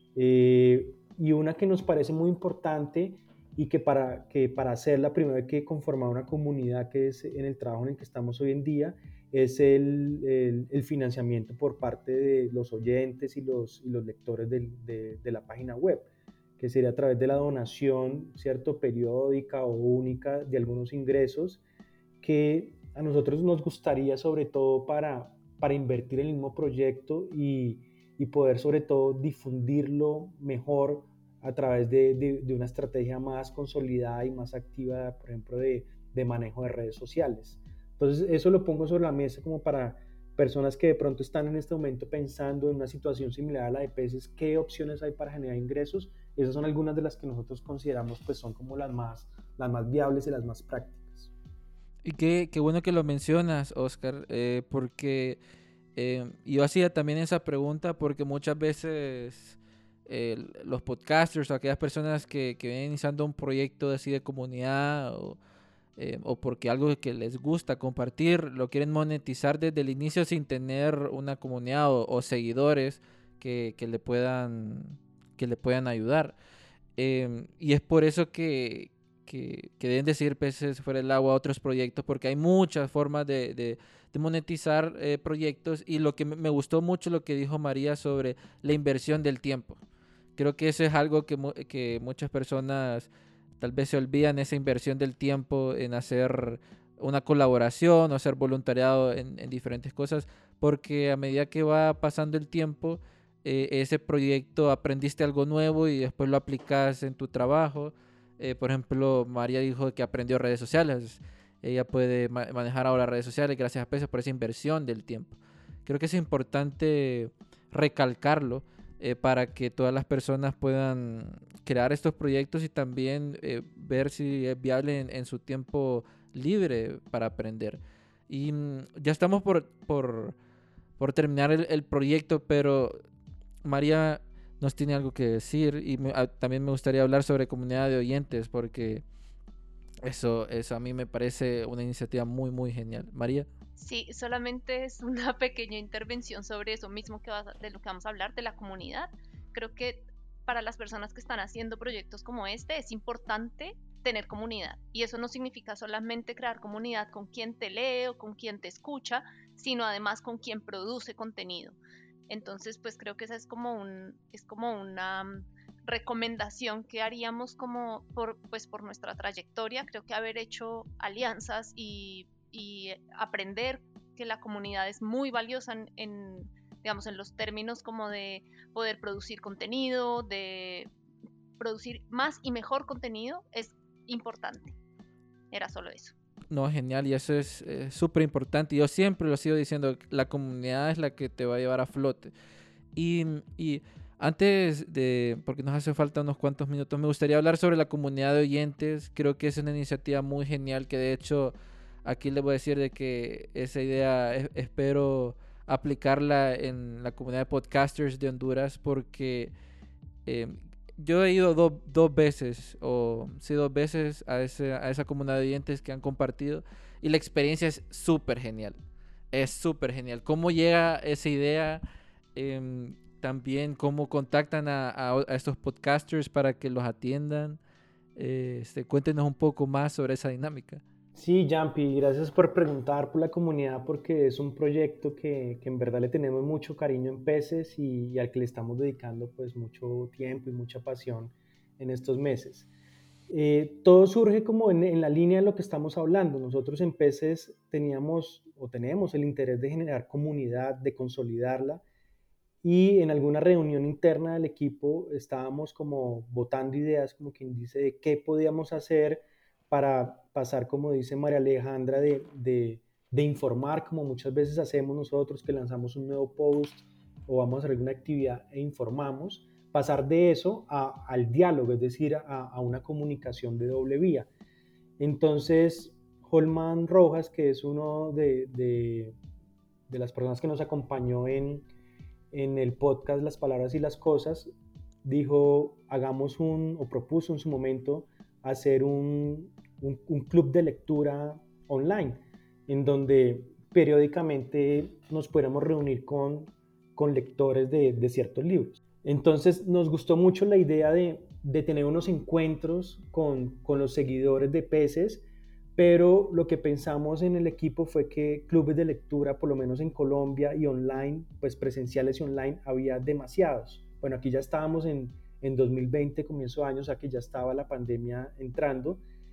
Y una que nos parece muy importante y que para hacerla primero hay que conformar una comunidad, que es en el trabajo en el que estamos hoy en día, es el financiamiento por parte de los oyentes y los lectores de la página web, que sería a través de la donación, ¿cierto?, periódica o única de algunos ingresos que a nosotros nos gustaría sobre todo para invertir en el mismo proyecto y poder sobre todo difundirlo mejor a través de una estrategia más consolidada y más activa, por ejemplo, de manejo de redes sociales. Entonces, eso lo pongo sobre la mesa como para personas que de pronto están en este momento pensando en una situación similar a la de Peces, qué opciones hay para generar ingresos. Esas son algunas de las que nosotros consideramos pues son como las más viables y las más prácticas. Y qué bueno que lo mencionas, Oscar, porque yo hacía también esa pregunta porque muchas veces los podcasters o aquellas personas que vienen iniciando un proyecto así de comunidad o porque algo que les gusta compartir, lo quieren monetizar desde el inicio sin tener una comunidad o seguidores que le puedan ayudar. Y es por eso que deben de seguir Peces Fuera del Agua a otros proyectos, porque hay muchas formas de monetizar proyectos. Y lo que me gustó mucho lo que dijo María sobre la inversión del tiempo. Creo que eso es algo que muchas personas tal vez se olvidan, esa inversión del tiempo en hacer una colaboración o hacer voluntariado en diferentes cosas, porque a medida que va pasando el tiempo, ese proyecto aprendiste algo nuevo y después lo aplicas en tu trabajo. Por ejemplo, María dijo que aprendió redes sociales. Ella puede manejar ahora redes sociales gracias a Peces por esa inversión del tiempo. Creo que es importante recalcarlo para que todas las personas puedan crear estos proyectos y también ver si es viable en su tiempo libre para aprender. Y ya estamos por terminar el proyecto, pero María nos tiene algo que decir y también me gustaría hablar sobre comunidad de oyentes, porque eso a mí me parece una iniciativa muy, muy genial. María. Sí, solamente es una pequeña intervención sobre eso mismo de lo que vamos a hablar, de la comunidad. Creo que para las personas que están haciendo proyectos como este es importante tener comunidad. Y eso no significa solamente crear comunidad con quien te lee o con quien te escucha, sino además con quien produce contenido. Entonces, pues creo que esa es como una recomendación que haríamos como por nuestra trayectoria. Creo que haber hecho alianzas y aprender que la comunidad es muy valiosa digamos, en los términos como de poder producir contenido, de producir más y mejor contenido, es importante. Era solo eso. No, genial, y eso es súper importante. Yo siempre lo sigo diciendo, la comunidad es la que te va a llevar a flote. Y antes porque nos hace falta unos cuantos minutos, me gustaría hablar sobre la comunidad de oyentes. Creo que es una iniciativa muy genial, que de hecho aquí les voy a decir de que esa idea espero aplicarla en la comunidad de podcasters de Honduras, porque yo he ido dos veces, a esa comunidad de oyentes que han compartido, y la experiencia es súper genial. Es súper genial. ¿Cómo llega esa idea? También cómo contactan a estos podcasters para que los atiendan. Cuéntenos un poco más sobre esa dinámica. Sí, Jampi, gracias por preguntar por la comunidad, porque es un proyecto que en verdad le tenemos mucho cariño en Peces y al que le estamos dedicando pues mucho tiempo y mucha pasión en estos meses. Todo surge como en la línea de lo que estamos hablando. Nosotros en Peces teníamos o tenemos el interés de generar comunidad, de consolidarla, y en alguna reunión interna del equipo estábamos como botando ideas, como quien dice, de qué podíamos hacer para pasar, como dice María Alejandra, de informar, como muchas veces hacemos nosotros, que lanzamos un nuevo post o vamos a hacer alguna actividad e informamos, pasar de eso al diálogo, es decir, a una comunicación de doble vía. Entonces, Holman Rojas, que es uno de las personas que nos acompañó en el podcast Las Palabras y las Cosas, dijo, propuso en su momento hacer un club de lectura online, en donde periódicamente nos pudiéramos reunir con lectores de ciertos libros. Entonces nos gustó mucho la idea de tener unos encuentros con los seguidores de Peces, pero lo que pensamos en el equipo fue que clubes de lectura, por lo menos en Colombia y online, pues presenciales y online, había demasiados. Bueno, aquí ya estábamos en 2020, comienzo de año, o sea que ya estaba la pandemia entrando,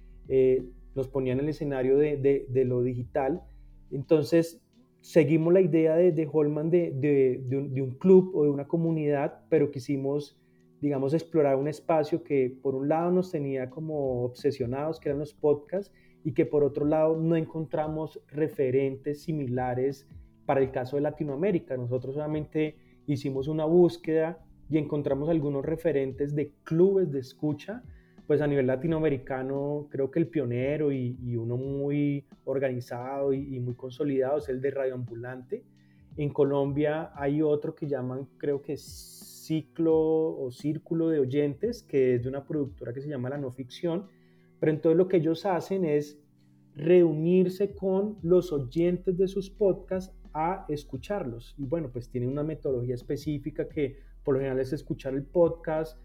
nos ponían en el escenario de lo digital. Entonces seguimos la idea de Holman de un club o de una comunidad, pero quisimos, digamos, explorar un espacio que por un lado nos tenía como obsesionados, que eran los podcasts, y que por otro lado no encontramos referentes similares para el caso de Latinoamérica. Nosotros solamente hicimos una búsqueda y encontramos algunos referentes de clubes de escucha, pues a nivel latinoamericano creo que el pionero y uno muy organizado y muy consolidado es el de Radio Ambulante. En Colombia hay otro que llaman, creo que Ciclo o Círculo de Oyentes, que es de una productora que se llama La No Ficción, pero entonces lo que ellos hacen es reunirse con los oyentes de sus podcasts a escucharlos. Y bueno, pues tienen una metodología específica que por lo general es escuchar el podcast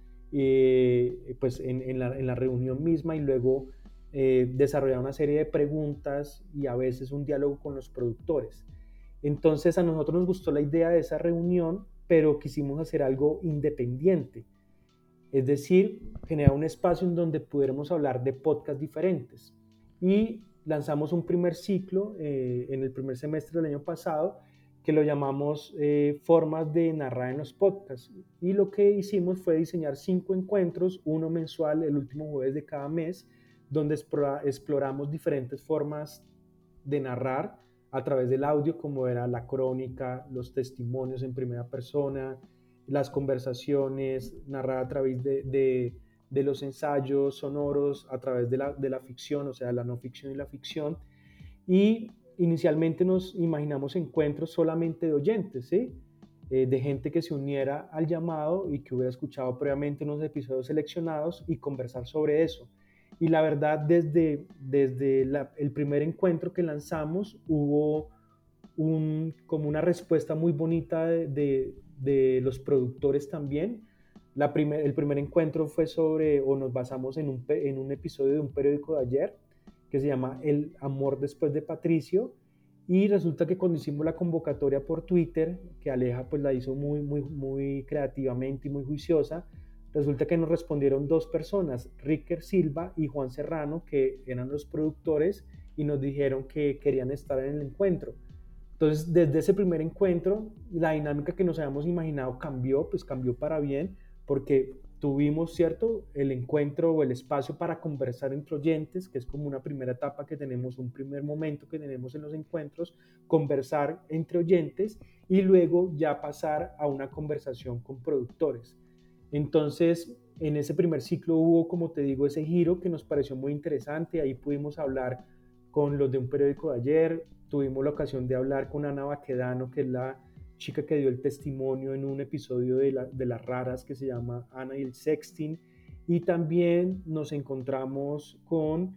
pues en la reunión misma y luego desarrollar una serie de preguntas y a veces un diálogo con los productores. Entonces a nosotros nos gustó la idea de esa reunión, pero quisimos hacer algo independiente. Es decir, generar un espacio en donde pudiéramos hablar de podcasts diferentes. Y lanzamos un primer ciclo en el primer semestre del año pasado, que lo llamamos formas de narrar en los podcasts. Y lo que hicimos fue diseñar 5 encuentros, uno mensual, el último jueves de cada mes, donde exploramos diferentes formas de narrar a través del audio, como era la crónica, los testimonios en primera persona, las conversaciones, narrar a través de los ensayos sonoros, a través de la ficción, o sea, la no ficción y la ficción. Y inicialmente nos imaginamos encuentros solamente de oyentes, ¿sí? De gente que se uniera al llamado y que hubiera escuchado previamente unos episodios seleccionados y conversar sobre eso. Y la verdad, desde el primer encuentro que lanzamos, hubo como una respuesta muy bonita de los productores también. El primer encuentro fue o nos basamos en un episodio de un periódico de ayer, que se llama El amor después de Patricio, y resulta que cuando hicimos la convocatoria por Twitter, que Aleja pues la hizo muy creativamente y muy juiciosa, resulta que nos respondieron dos personas, Ricker Silva y Juan Serrano, que eran los productores, y nos dijeron que querían estar en el encuentro. Entonces, desde ese primer encuentro, la dinámica que nos habíamos imaginado cambió para bien, porque tuvimos, ¿cierto?, el encuentro o el espacio para conversar entre oyentes, que es como una primera etapa que tenemos, un primer momento que tenemos en los encuentros, conversar entre oyentes y luego ya pasar a una conversación con productores. Entonces, en ese primer ciclo hubo, como te digo, ese giro que nos pareció muy interesante. Ahí pudimos hablar con los de un periódico de ayer, tuvimos la ocasión de hablar con Ana Baquedano, que es la chica que dio el testimonio en un episodio de Las Raras que se llama Ana y el Sexting, y también nos encontramos con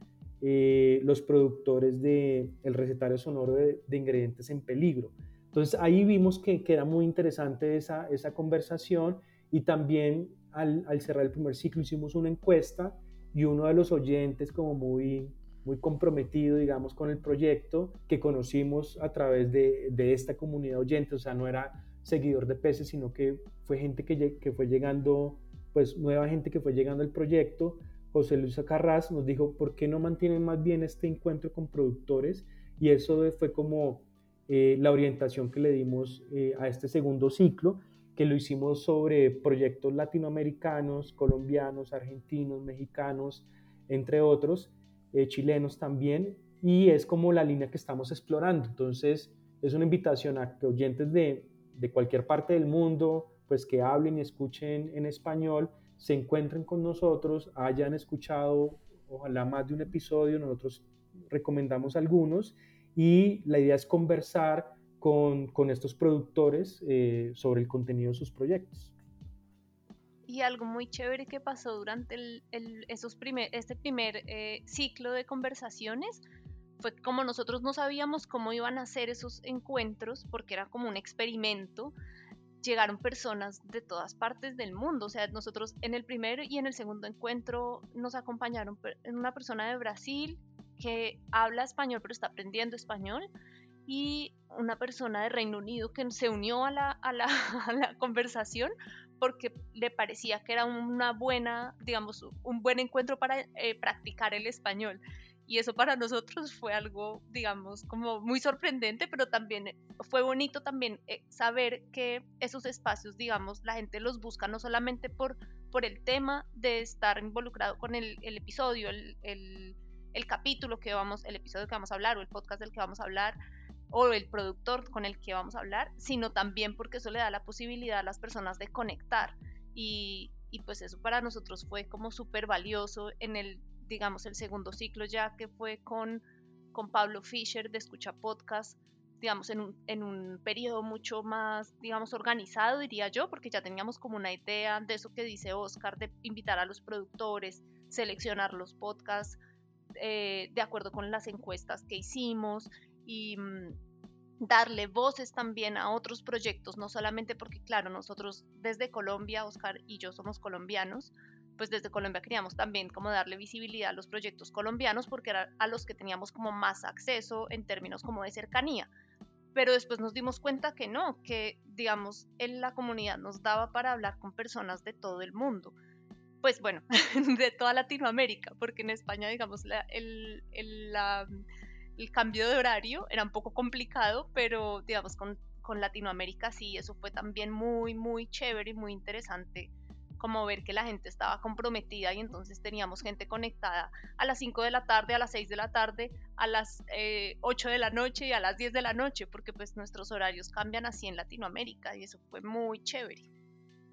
los productores del recetario sonoro de Ingredientes en Peligro. Entonces ahí vimos que era muy interesante esa conversación, y también al cerrar el primer ciclo hicimos una encuesta y uno de los oyentes como muy comprometido, digamos, con el proyecto, que conocimos a través de esta comunidad oyente, o sea, no era seguidor de Peces, sino que fue gente que fue llegando, pues nueva gente que fue llegando al proyecto. José Luis Acarrás nos dijo, ¿por qué no mantienen más bien este encuentro con productores? Y eso fue como la orientación que le dimos a este segundo ciclo, que lo hicimos sobre proyectos latinoamericanos, colombianos, argentinos, mexicanos, entre otros, chilenos también, y es como la línea que estamos explorando. Entonces es una invitación a que oyentes de cualquier parte del mundo, pues que hablen y escuchen en español, se encuentren con nosotros, hayan escuchado ojalá más de un episodio, nosotros recomendamos algunos, y la idea es conversar con estos productores sobre el contenido de sus proyectos. Y algo muy chévere que pasó durante este primer ciclo de conversaciones fue que como nosotros no sabíamos cómo iban a ser esos encuentros, porque era como un experimento, llegaron personas de todas partes del mundo. O sea, nosotros en el primer y en el segundo encuentro nos acompañaron una persona de Brasil que habla español pero está aprendiendo español, y una persona de Reino Unido que se unió a la conversación porque le parecía que era digamos, un buen encuentro para practicar el español. Y eso para nosotros fue algo, digamos, como muy sorprendente, pero también fue bonito también saber que esos espacios, digamos, la gente los busca no solamente por el tema de estar involucrado con el episodio, el capítulo el episodio que vamos a hablar o el podcast del que vamos a hablar, o el productor con el que vamos a hablar, sino también porque eso le da la posibilidad a las personas de conectar, y pues eso para nosotros fue como súper valioso en digamos, el segundo ciclo, ya que fue con Pablo Fischer de Escucha Podcast, digamos, en un periodo mucho más, digamos, organizado, diría yo, porque ya teníamos como una idea de eso que dice Oscar, de invitar a los productores, seleccionar los podcasts de acuerdo con las encuestas que hicimos, y darle voces también a otros proyectos, no solamente porque, claro, nosotros desde Colombia, Oscar y yo somos colombianos, pues desde Colombia queríamos también como darle visibilidad a los proyectos colombianos porque eran a los que teníamos como más acceso en términos como de cercanía, pero después nos dimos cuenta que no, que digamos en la comunidad nos daba para hablar con personas de todo el mundo, pues bueno, de toda Latinoamérica, porque en España, digamos, el cambio de horario era un poco complicado, pero digamos con Latinoamérica sí, eso fue también muy chévere y muy interesante, como ver que la gente estaba comprometida, y entonces teníamos gente conectada a las 5 de la tarde, a las 6 de la tarde, a las 8 de la noche y a las 10 de la noche, porque pues nuestros horarios cambian así en Latinoamérica, y eso fue muy chévere.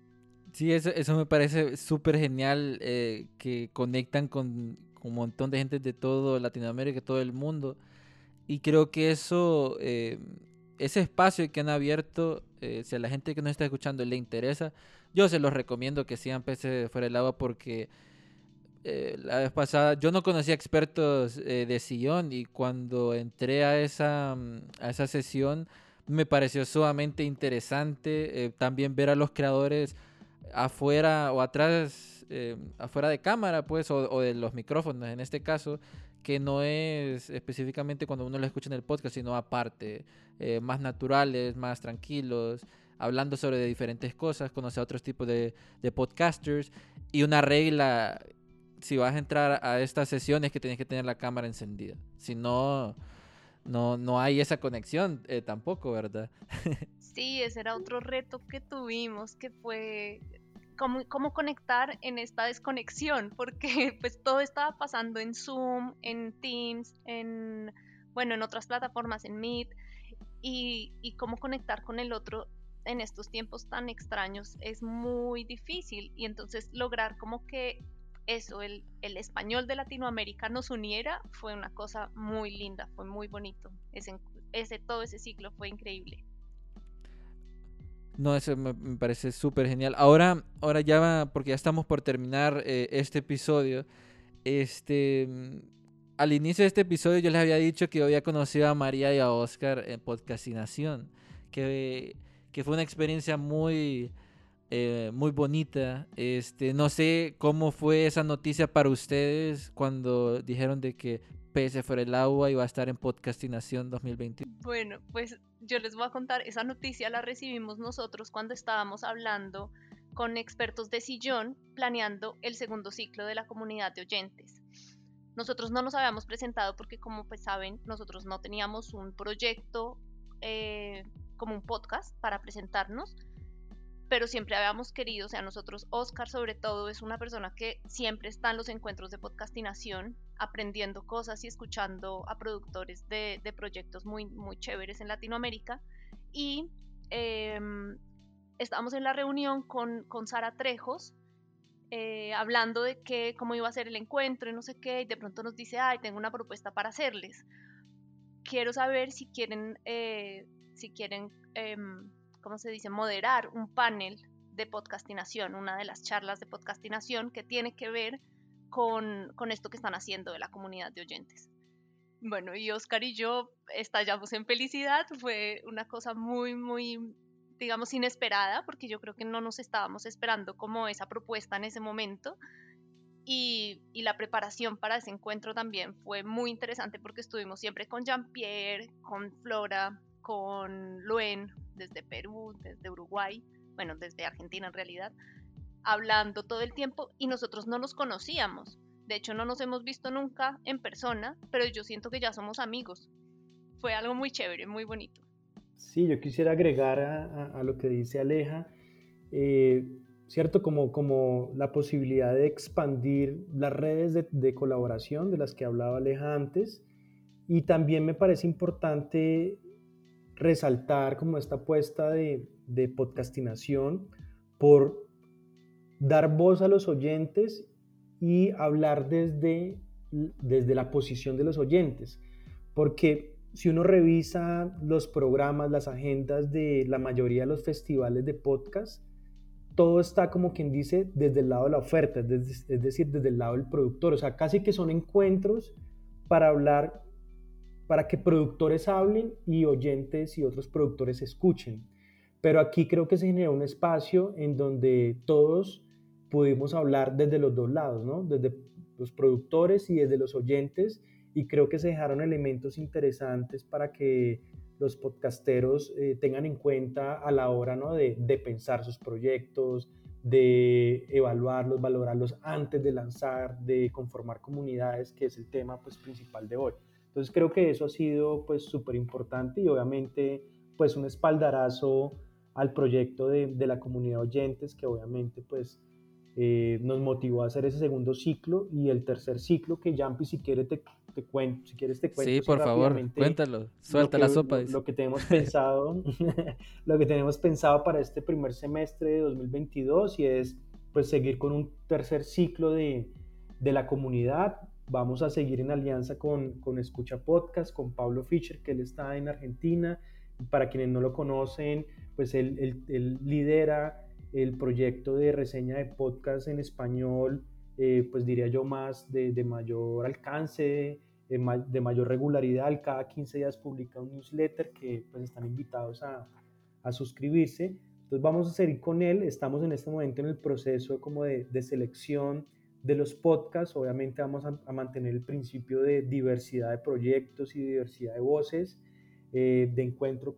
Sí, eso me parece súper genial, que conectan con un montón de gente de todo Latinoamérica, todo el mundo. Y creo que eso, ese espacio que han abierto, si a la gente que nos está escuchando le interesa, yo se los recomiendo que sigan Peces Fuera del Agua porque la vez pasada yo no conocía expertos de sillón y cuando entré a esa sesión me pareció sumamente interesante también ver a los creadores afuera o atrás, afuera de cámara, pues, o de los micrófonos en este caso, que no es específicamente cuando uno lo escucha en el podcast, sino aparte, más naturales, más tranquilos, hablando sobre diferentes cosas, conocer a otros tipos de podcasters. Y una regla, si vas a entrar a estas sesiones, que tienes que tener la cámara encendida. Si no, no hay esa conexión tampoco, ¿verdad? Sí, ese era otro reto que tuvimos, que fue cómo conectar en esta desconexión, porque pues todo estaba pasando en Zoom, en Teams, bueno, en otras plataformas, en Meet, y cómo conectar con el otro en estos tiempos tan extraños es muy difícil, y entonces lograr como que eso, el español de Latinoamérica nos uniera, fue una cosa muy linda, fue muy bonito, todo ese ciclo fue increíble. No, eso me parece súper genial. Ahora ya va, porque ya estamos por terminar este episodio. Al inicio de este episodio yo les había dicho que había conocido a María y a Oscar en Podcastinación, que, que fue una experiencia muy bonita. No sé cómo fue esa noticia para ustedes cuando dijeron de que PS Fuera el Agua iba a estar en Podcastinación 2021. Bueno, pues yo les voy a contar, esa noticia la recibimos nosotros cuando estábamos hablando con expertos de Sillón, planeando el segundo ciclo de la comunidad de oyentes. Nosotros no nos habíamos presentado porque, como pues saben, nosotros no teníamos un proyecto como un podcast para presentarnos, pero siempre habíamos querido, o sea, nosotros, Oscar sobre todo, es una persona que siempre está en los encuentros de podcastinación, aprendiendo cosas y escuchando a productores de proyectos muy, muy chéveres en Latinoamérica. Y eh, estábamos en la reunión con Sara Trejos, hablando de que cómo iba a ser el encuentro y no sé qué, y de pronto nos dice, ay, tengo una propuesta para hacerles. Quiero saber si quieren ¿cómo se dice? Moderar un panel de podcastinación, una de las charlas de podcastinación que tiene que ver con esto que están haciendo de la comunidad de oyentes. Bueno, y Oscar y yo estallamos en felicidad, fue una cosa muy, muy, digamos, inesperada, porque yo creo que no nos estábamos esperando como esa propuesta en ese momento. Y la preparación para ese encuentro también fue muy interesante porque estuvimos siempre con Jean-Pierre, con Flora, con Luen, desde Perú, desde Uruguay, bueno, desde Argentina en realidad, hablando todo el tiempo y nosotros no nos conocíamos. De hecho, no nos hemos visto nunca en persona, pero yo siento que ya somos amigos. Fue algo muy chévere, muy bonito. Sí, yo quisiera agregar a lo que dice Aleja, eh, ¿cierto? Como la posibilidad de expandir las redes de colaboración de las que hablaba Aleja antes. Y también me parece importante resaltar como esta apuesta de podcastinación por dar voz a los oyentes y hablar desde la posición de los oyentes. Porque si uno revisa los programas, las agendas de la mayoría de los festivales de podcast, todo está como quien dice desde el lado de la oferta, es decir, desde el lado del productor. O sea, casi que son encuentros para hablar, para que productores hablen y oyentes y otros productores escuchen. Pero aquí creo que se generó un espacio en donde todos pudimos hablar desde los dos lados, ¿no? Desde los productores y desde los oyentes, y creo que se dejaron elementos interesantes para que los podcasteros tengan en cuenta a la hora, ¿no? de pensar sus proyectos, de evaluarlos, valorarlos antes de lanzar, de conformar comunidades, que es el tema pues, principal de hoy. Entonces creo que eso ha sido pues súper importante y obviamente pues un espaldarazo al proyecto de la comunidad oyentes, que obviamente pues nos motivó a hacer ese segundo ciclo, y el tercer ciclo que Jampi, si quieres te cuento, si quieres te cuento Sí, así por favor, rápidamente cuéntalo. lo Suelta que, la sopa, lo, dice. lo que tenemos pensado, lo que tenemos pensado para este primer semestre de 2022, y es pues seguir con un tercer ciclo de la comunidad. Vamos a seguir en alianza con Escucha Podcast, con Pablo Fischer, que él está en Argentina. Para quienes no lo conocen, pues él lidera el proyecto de reseña de podcast en español, pues diría yo más de mayor alcance, de mayor regularidad. Cada 15 días publica un newsletter que pues están invitados a suscribirse. Entonces vamos a seguir con él. Estamos en este momento en el proceso como de selección de los podcasts. Obviamente vamos a mantener el principio de diversidad de proyectos y diversidad de voces, de encuentro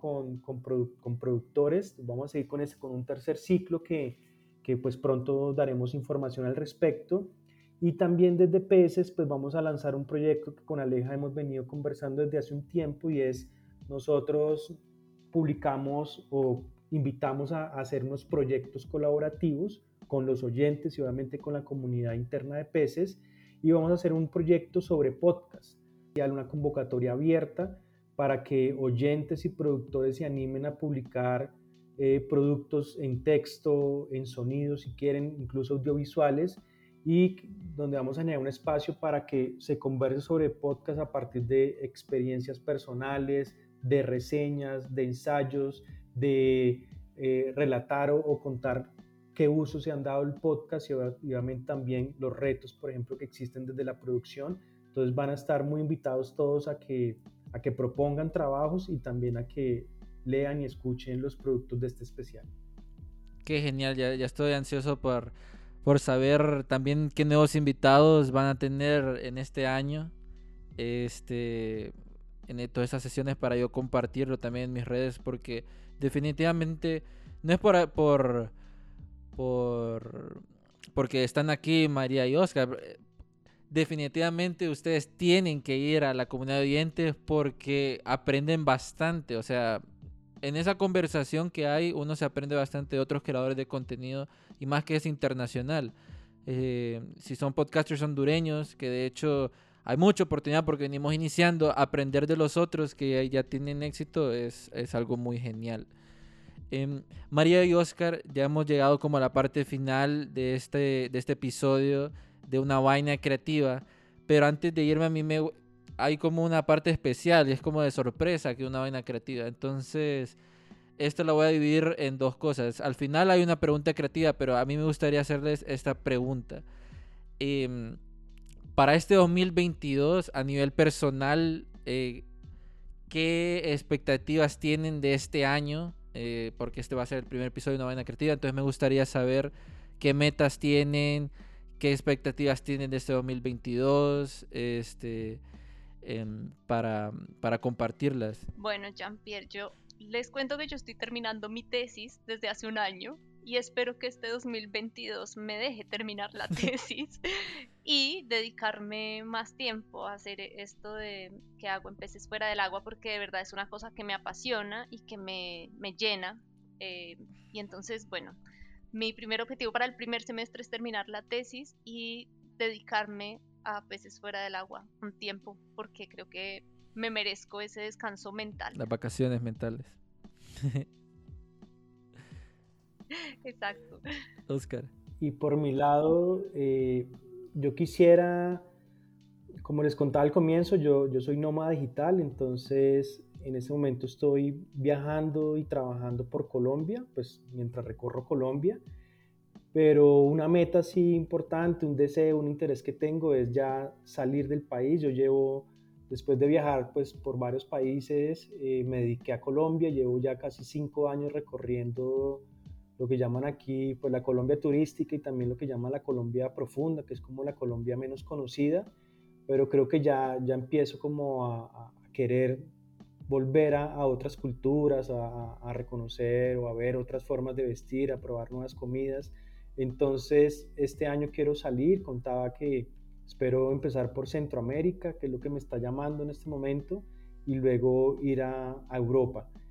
con productores. Vamos a seguir con un tercer ciclo que pues pronto daremos información al respecto. Y también desde Peces pues vamos a lanzar un proyecto que con Aleja hemos venido conversando desde hace un tiempo, y es nosotros publicamos o invitamos a hacer unos proyectos colaborativos con los oyentes y obviamente con la comunidad interna de Peces, y vamos a hacer un proyecto sobre podcast, una convocatoria abierta para que oyentes y productores se animen a publicar productos en texto, en sonido, si quieren, incluso audiovisuales, y donde vamos a generar un espacio para que se converse sobre podcast a partir de experiencias personales, de reseñas, de ensayos, de relatar o contar qué usos se han dado el podcast, y obviamente también los retos, por ejemplo, que existen desde la producción. Entonces van a estar muy invitados todos a que propongan trabajos y también a que lean y escuchen los productos de este especial. Qué genial, ya estoy ansioso por saber también qué nuevos invitados van a tener en este año. En todas esas sesiones, para yo compartirlo también en mis redes, porque definitivamente no es porque están aquí María y Oscar. Definitivamente ustedes tienen que ir a la comunidad de oyentes porque aprenden bastante. O sea, en esa conversación que hay, uno se aprende bastante de otros creadores de contenido, y más que es internacional. Si son podcasters hondureños, que de hecho hay mucha oportunidad porque venimos iniciando, aprender de los otros que ya tienen éxito es algo muy genial. María y Oscar, ya hemos llegado como a la parte final de este episodio de Una Vaina Creativa, pero antes de irme hay como una parte especial, y es como de sorpresa que Una Vaina Creativa. Entonces esto lo voy a dividir en dos cosas. Al final hay una pregunta creativa, pero a mí me gustaría hacerles esta pregunta. Para este 2022, a nivel personal, ¿qué expectativas tienen de este año? Porque este va a ser el primer episodio de Una Vaina Creativa, entonces me gustaría saber qué metas tienen, qué expectativas tienen de este 2022, para compartirlas. Bueno, Jean-Pierre, yo les cuento que yo estoy terminando mi tesis desde hace un año y espero que este 2022 me deje terminar la tesis y dedicarme más tiempo a hacer esto de que hago en Peces Fuera del Agua, porque de verdad es una cosa que me apasiona y que me llena. Y entonces, bueno, mi primer objetivo para el primer semestre es terminar la tesis y dedicarme a Peces Fuera del Agua un tiempo, porque creo que me merezco ese descanso mental. Las vacaciones mentales. Exacto. Oscar. Y por mi lado, yo quisiera, como les contaba al comienzo, yo soy nómada digital. Entonces en este momento estoy viajando y trabajando por Colombia, pues mientras recorro Colombia. Pero una meta así importante, un deseo, un interés que tengo es ya salir del país. Yo llevo, después de viajar pues por varios países, me dediqué a Colombia. Llevo ya casi 5 años recorriendo lo que llaman aquí pues la Colombia turística, y también lo que llaman la Colombia profunda, que es como la Colombia menos conocida. Pero creo que ya empiezo como a querer volver a otras culturas, a reconocer o a ver otras formas de vestir, a probar nuevas comidas. Entonces este año quiero salir. Contaba que espero empezar por Centroamérica, que es lo que me está llamando en este momento, y luego ir a Europa.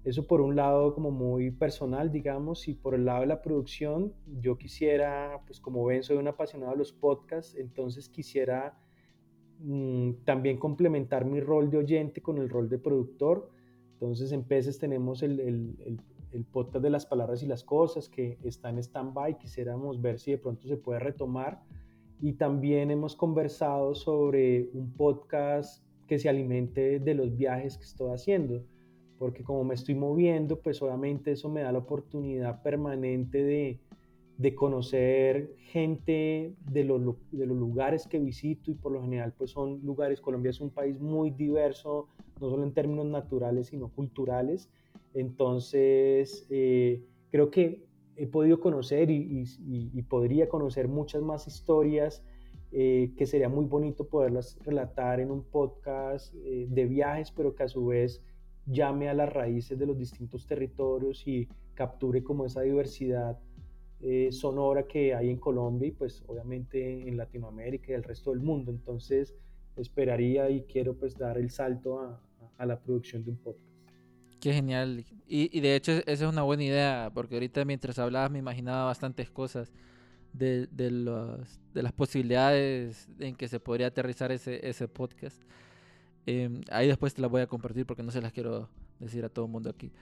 Eso por un lado como muy personal, digamos, y por el lado de la producción, yo quisiera, pues como ven, soy un apasionado de los podcasts, entonces quisiera también complementar mi rol de oyente con el rol de productor. Entonces en Peces tenemos el podcast de las palabras y las cosas que está en stand-by, quisiéramos ver si de pronto se puede retomar. Y también hemos conversado sobre un podcast que se alimente de los viajes que estoy haciendo, porque como me estoy moviendo, pues obviamente eso me da la oportunidad permanente de conocer gente de los lugares que visito, y por lo general pues son lugares, Colombia es un país muy diverso, no solo en términos naturales, sino culturales. Entonces, creo que he podido conocer y podría conocer muchas más historias que sería muy bonito poderlas relatar en un podcast de viajes, pero que a su vez llame a las raíces de los distintos territorios y capture como esa diversidad sonora que hay en Colombia y pues obviamente en Latinoamérica y el resto del mundo. Entonces esperaría y quiero pues dar el salto a la producción de un podcast. Qué genial. Y de hecho esa es una buena idea, porque ahorita mientras hablabas me imaginaba bastantes cosas de las posibilidades en que se podría aterrizar ese podcast. Ahí después te las voy a compartir porque no se las quiero decir a todo el mundo aquí.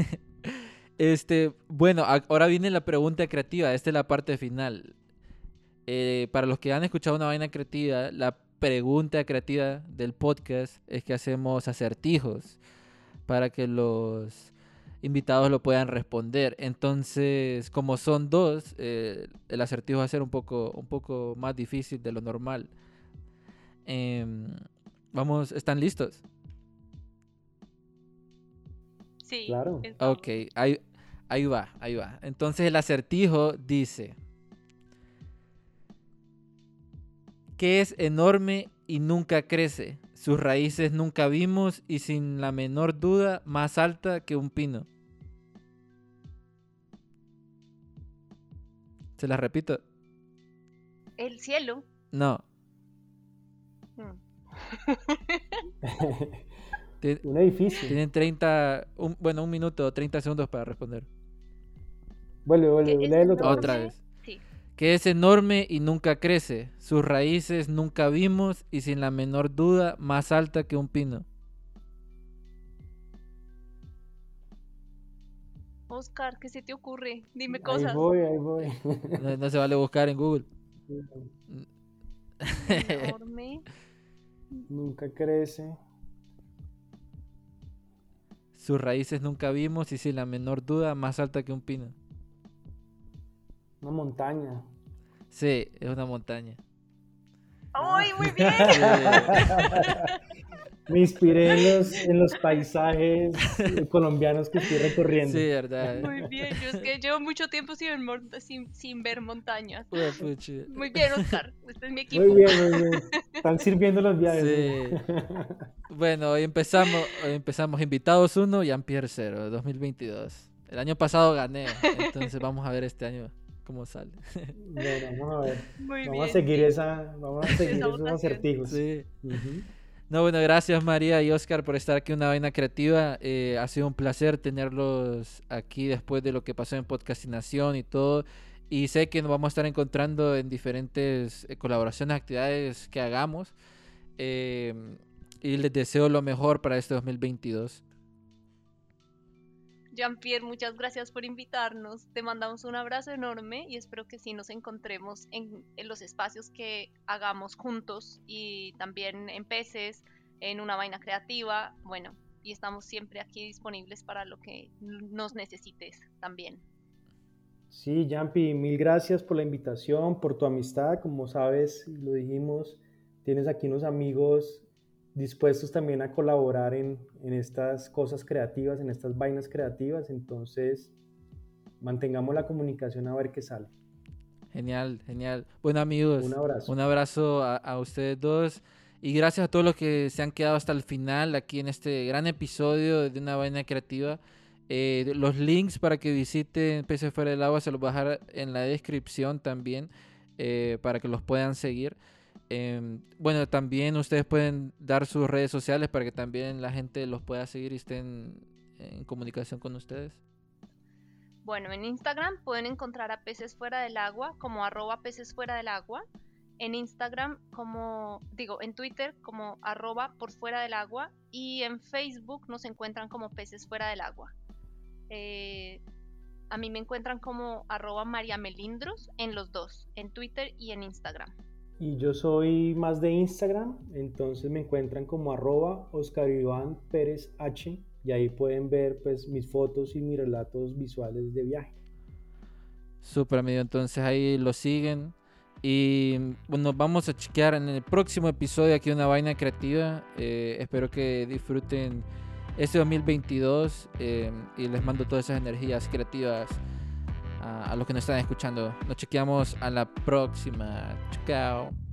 Bueno, ahora viene la pregunta creativa. Esta es la parte final. Para los que han escuchado Una Vaina Creativa, la pregunta creativa del podcast es que hacemos acertijos para que los invitados lo puedan responder. Entonces, como son dos, el acertijo va a ser un poco más difícil de lo normal. Vamos, ¿están listos? Sí, Claro. estamos. Ok, ahí va. Entonces el acertijo dice: ¿qué es enorme y nunca crece? Sus raíces nunca vimos y sin la menor duda más alta que un pino. ¿Se las repito? El cielo. No. Mm. Un edificio. Tienen 1 minuto o 30 segundos para responder. Vuelve, ¿Qué es léelo otra Otra vez. enorme? vez. Sí. Que es enorme y nunca crece. Sus raíces nunca vimos y sin la menor duda más alta que un pino. Oscar, ¿qué se te ocurre? Dime Ahí cosas. voy, ahí voy. No se vale buscar en Google. Enorme. Nunca crece. Sus raíces nunca vimos y sin la menor duda más alta que un pino. Una montaña. Sí, es una montaña. ¡Ay, muy bien! Me inspiré en los paisajes colombianos que estoy recorriendo. Sí, verdad. Muy bien, yo es que llevo mucho tiempo sin ver montañas. Ue, pucha. Muy bien, Oscar, este es mi equipo. Muy bien, muy bien. Están sirviendo los viajes. Sí. Bueno, hoy empezamos invitados 1, Jean-Pierre 0, 2022. El año pasado gané, entonces vamos a ver este año cómo sale. Bueno, vamos a ver. Muy Vamos a bien, seguir sí. vamos a seguir Esa esos votación. acertijos. Sí. Ujú. No, bueno, gracias María y Oscar por estar aquí en Una Vaina Creativa. Ha sido un placer tenerlos aquí después de lo que pasó en Podcastinación y todo. Y sé que nos vamos a estar encontrando en diferentes colaboraciones, actividades que hagamos. Y les deseo lo mejor para este 2022. Jean-Pierre, muchas gracias por invitarnos. Te mandamos un abrazo enorme y espero que sí nos encontremos en los espacios que hagamos juntos y también en Peces, en Una Vaina Creativa. Bueno, y estamos siempre aquí disponibles para lo que nos necesites también. Sí, Jampi, mil gracias por la invitación, por tu amistad. Como sabes, lo dijimos, tienes aquí unos amigos dispuestos también a colaborar en estas cosas creativas, en estas vainas creativas. Entonces, mantengamos la comunicación a ver qué sale. Genial, genial. Bueno amigos, Un abrazo. un abrazo a ustedes dos. Y gracias a todos los que se han quedado hasta el final aquí en este gran episodio de Una Vaina Creativa. Los links para que visiten Peces Fuera del Agua se los voy a dejar en la descripción también, para que los puedan seguir. Bueno, también ustedes pueden dar sus redes sociales para que también la gente los pueda seguir y estén en comunicación con ustedes? Bueno, en Instagram pueden encontrar a Peces Fuera del Agua como @pecesfueradelagua. En Instagram en Twitter como @porfueradelagua, y en Facebook nos encuentran como Peces Fuera del Agua. A mí me encuentran como @mariamelindros en los dos, en Twitter y en Instagram. Y yo soy más de Instagram, entonces me encuentran como @Oscar Iván Pérez H, y ahí pueden ver pues mis fotos y mis relatos visuales de viaje. Súper, amigo, entonces ahí lo siguen. Y bueno, vamos a chequear en el próximo episodio aquí Una Vaina Creativa. Espero que disfruten este 2022 y les mando todas esas energías creativas a los que nos están escuchando. Nos chequeamos a la próxima. Chao.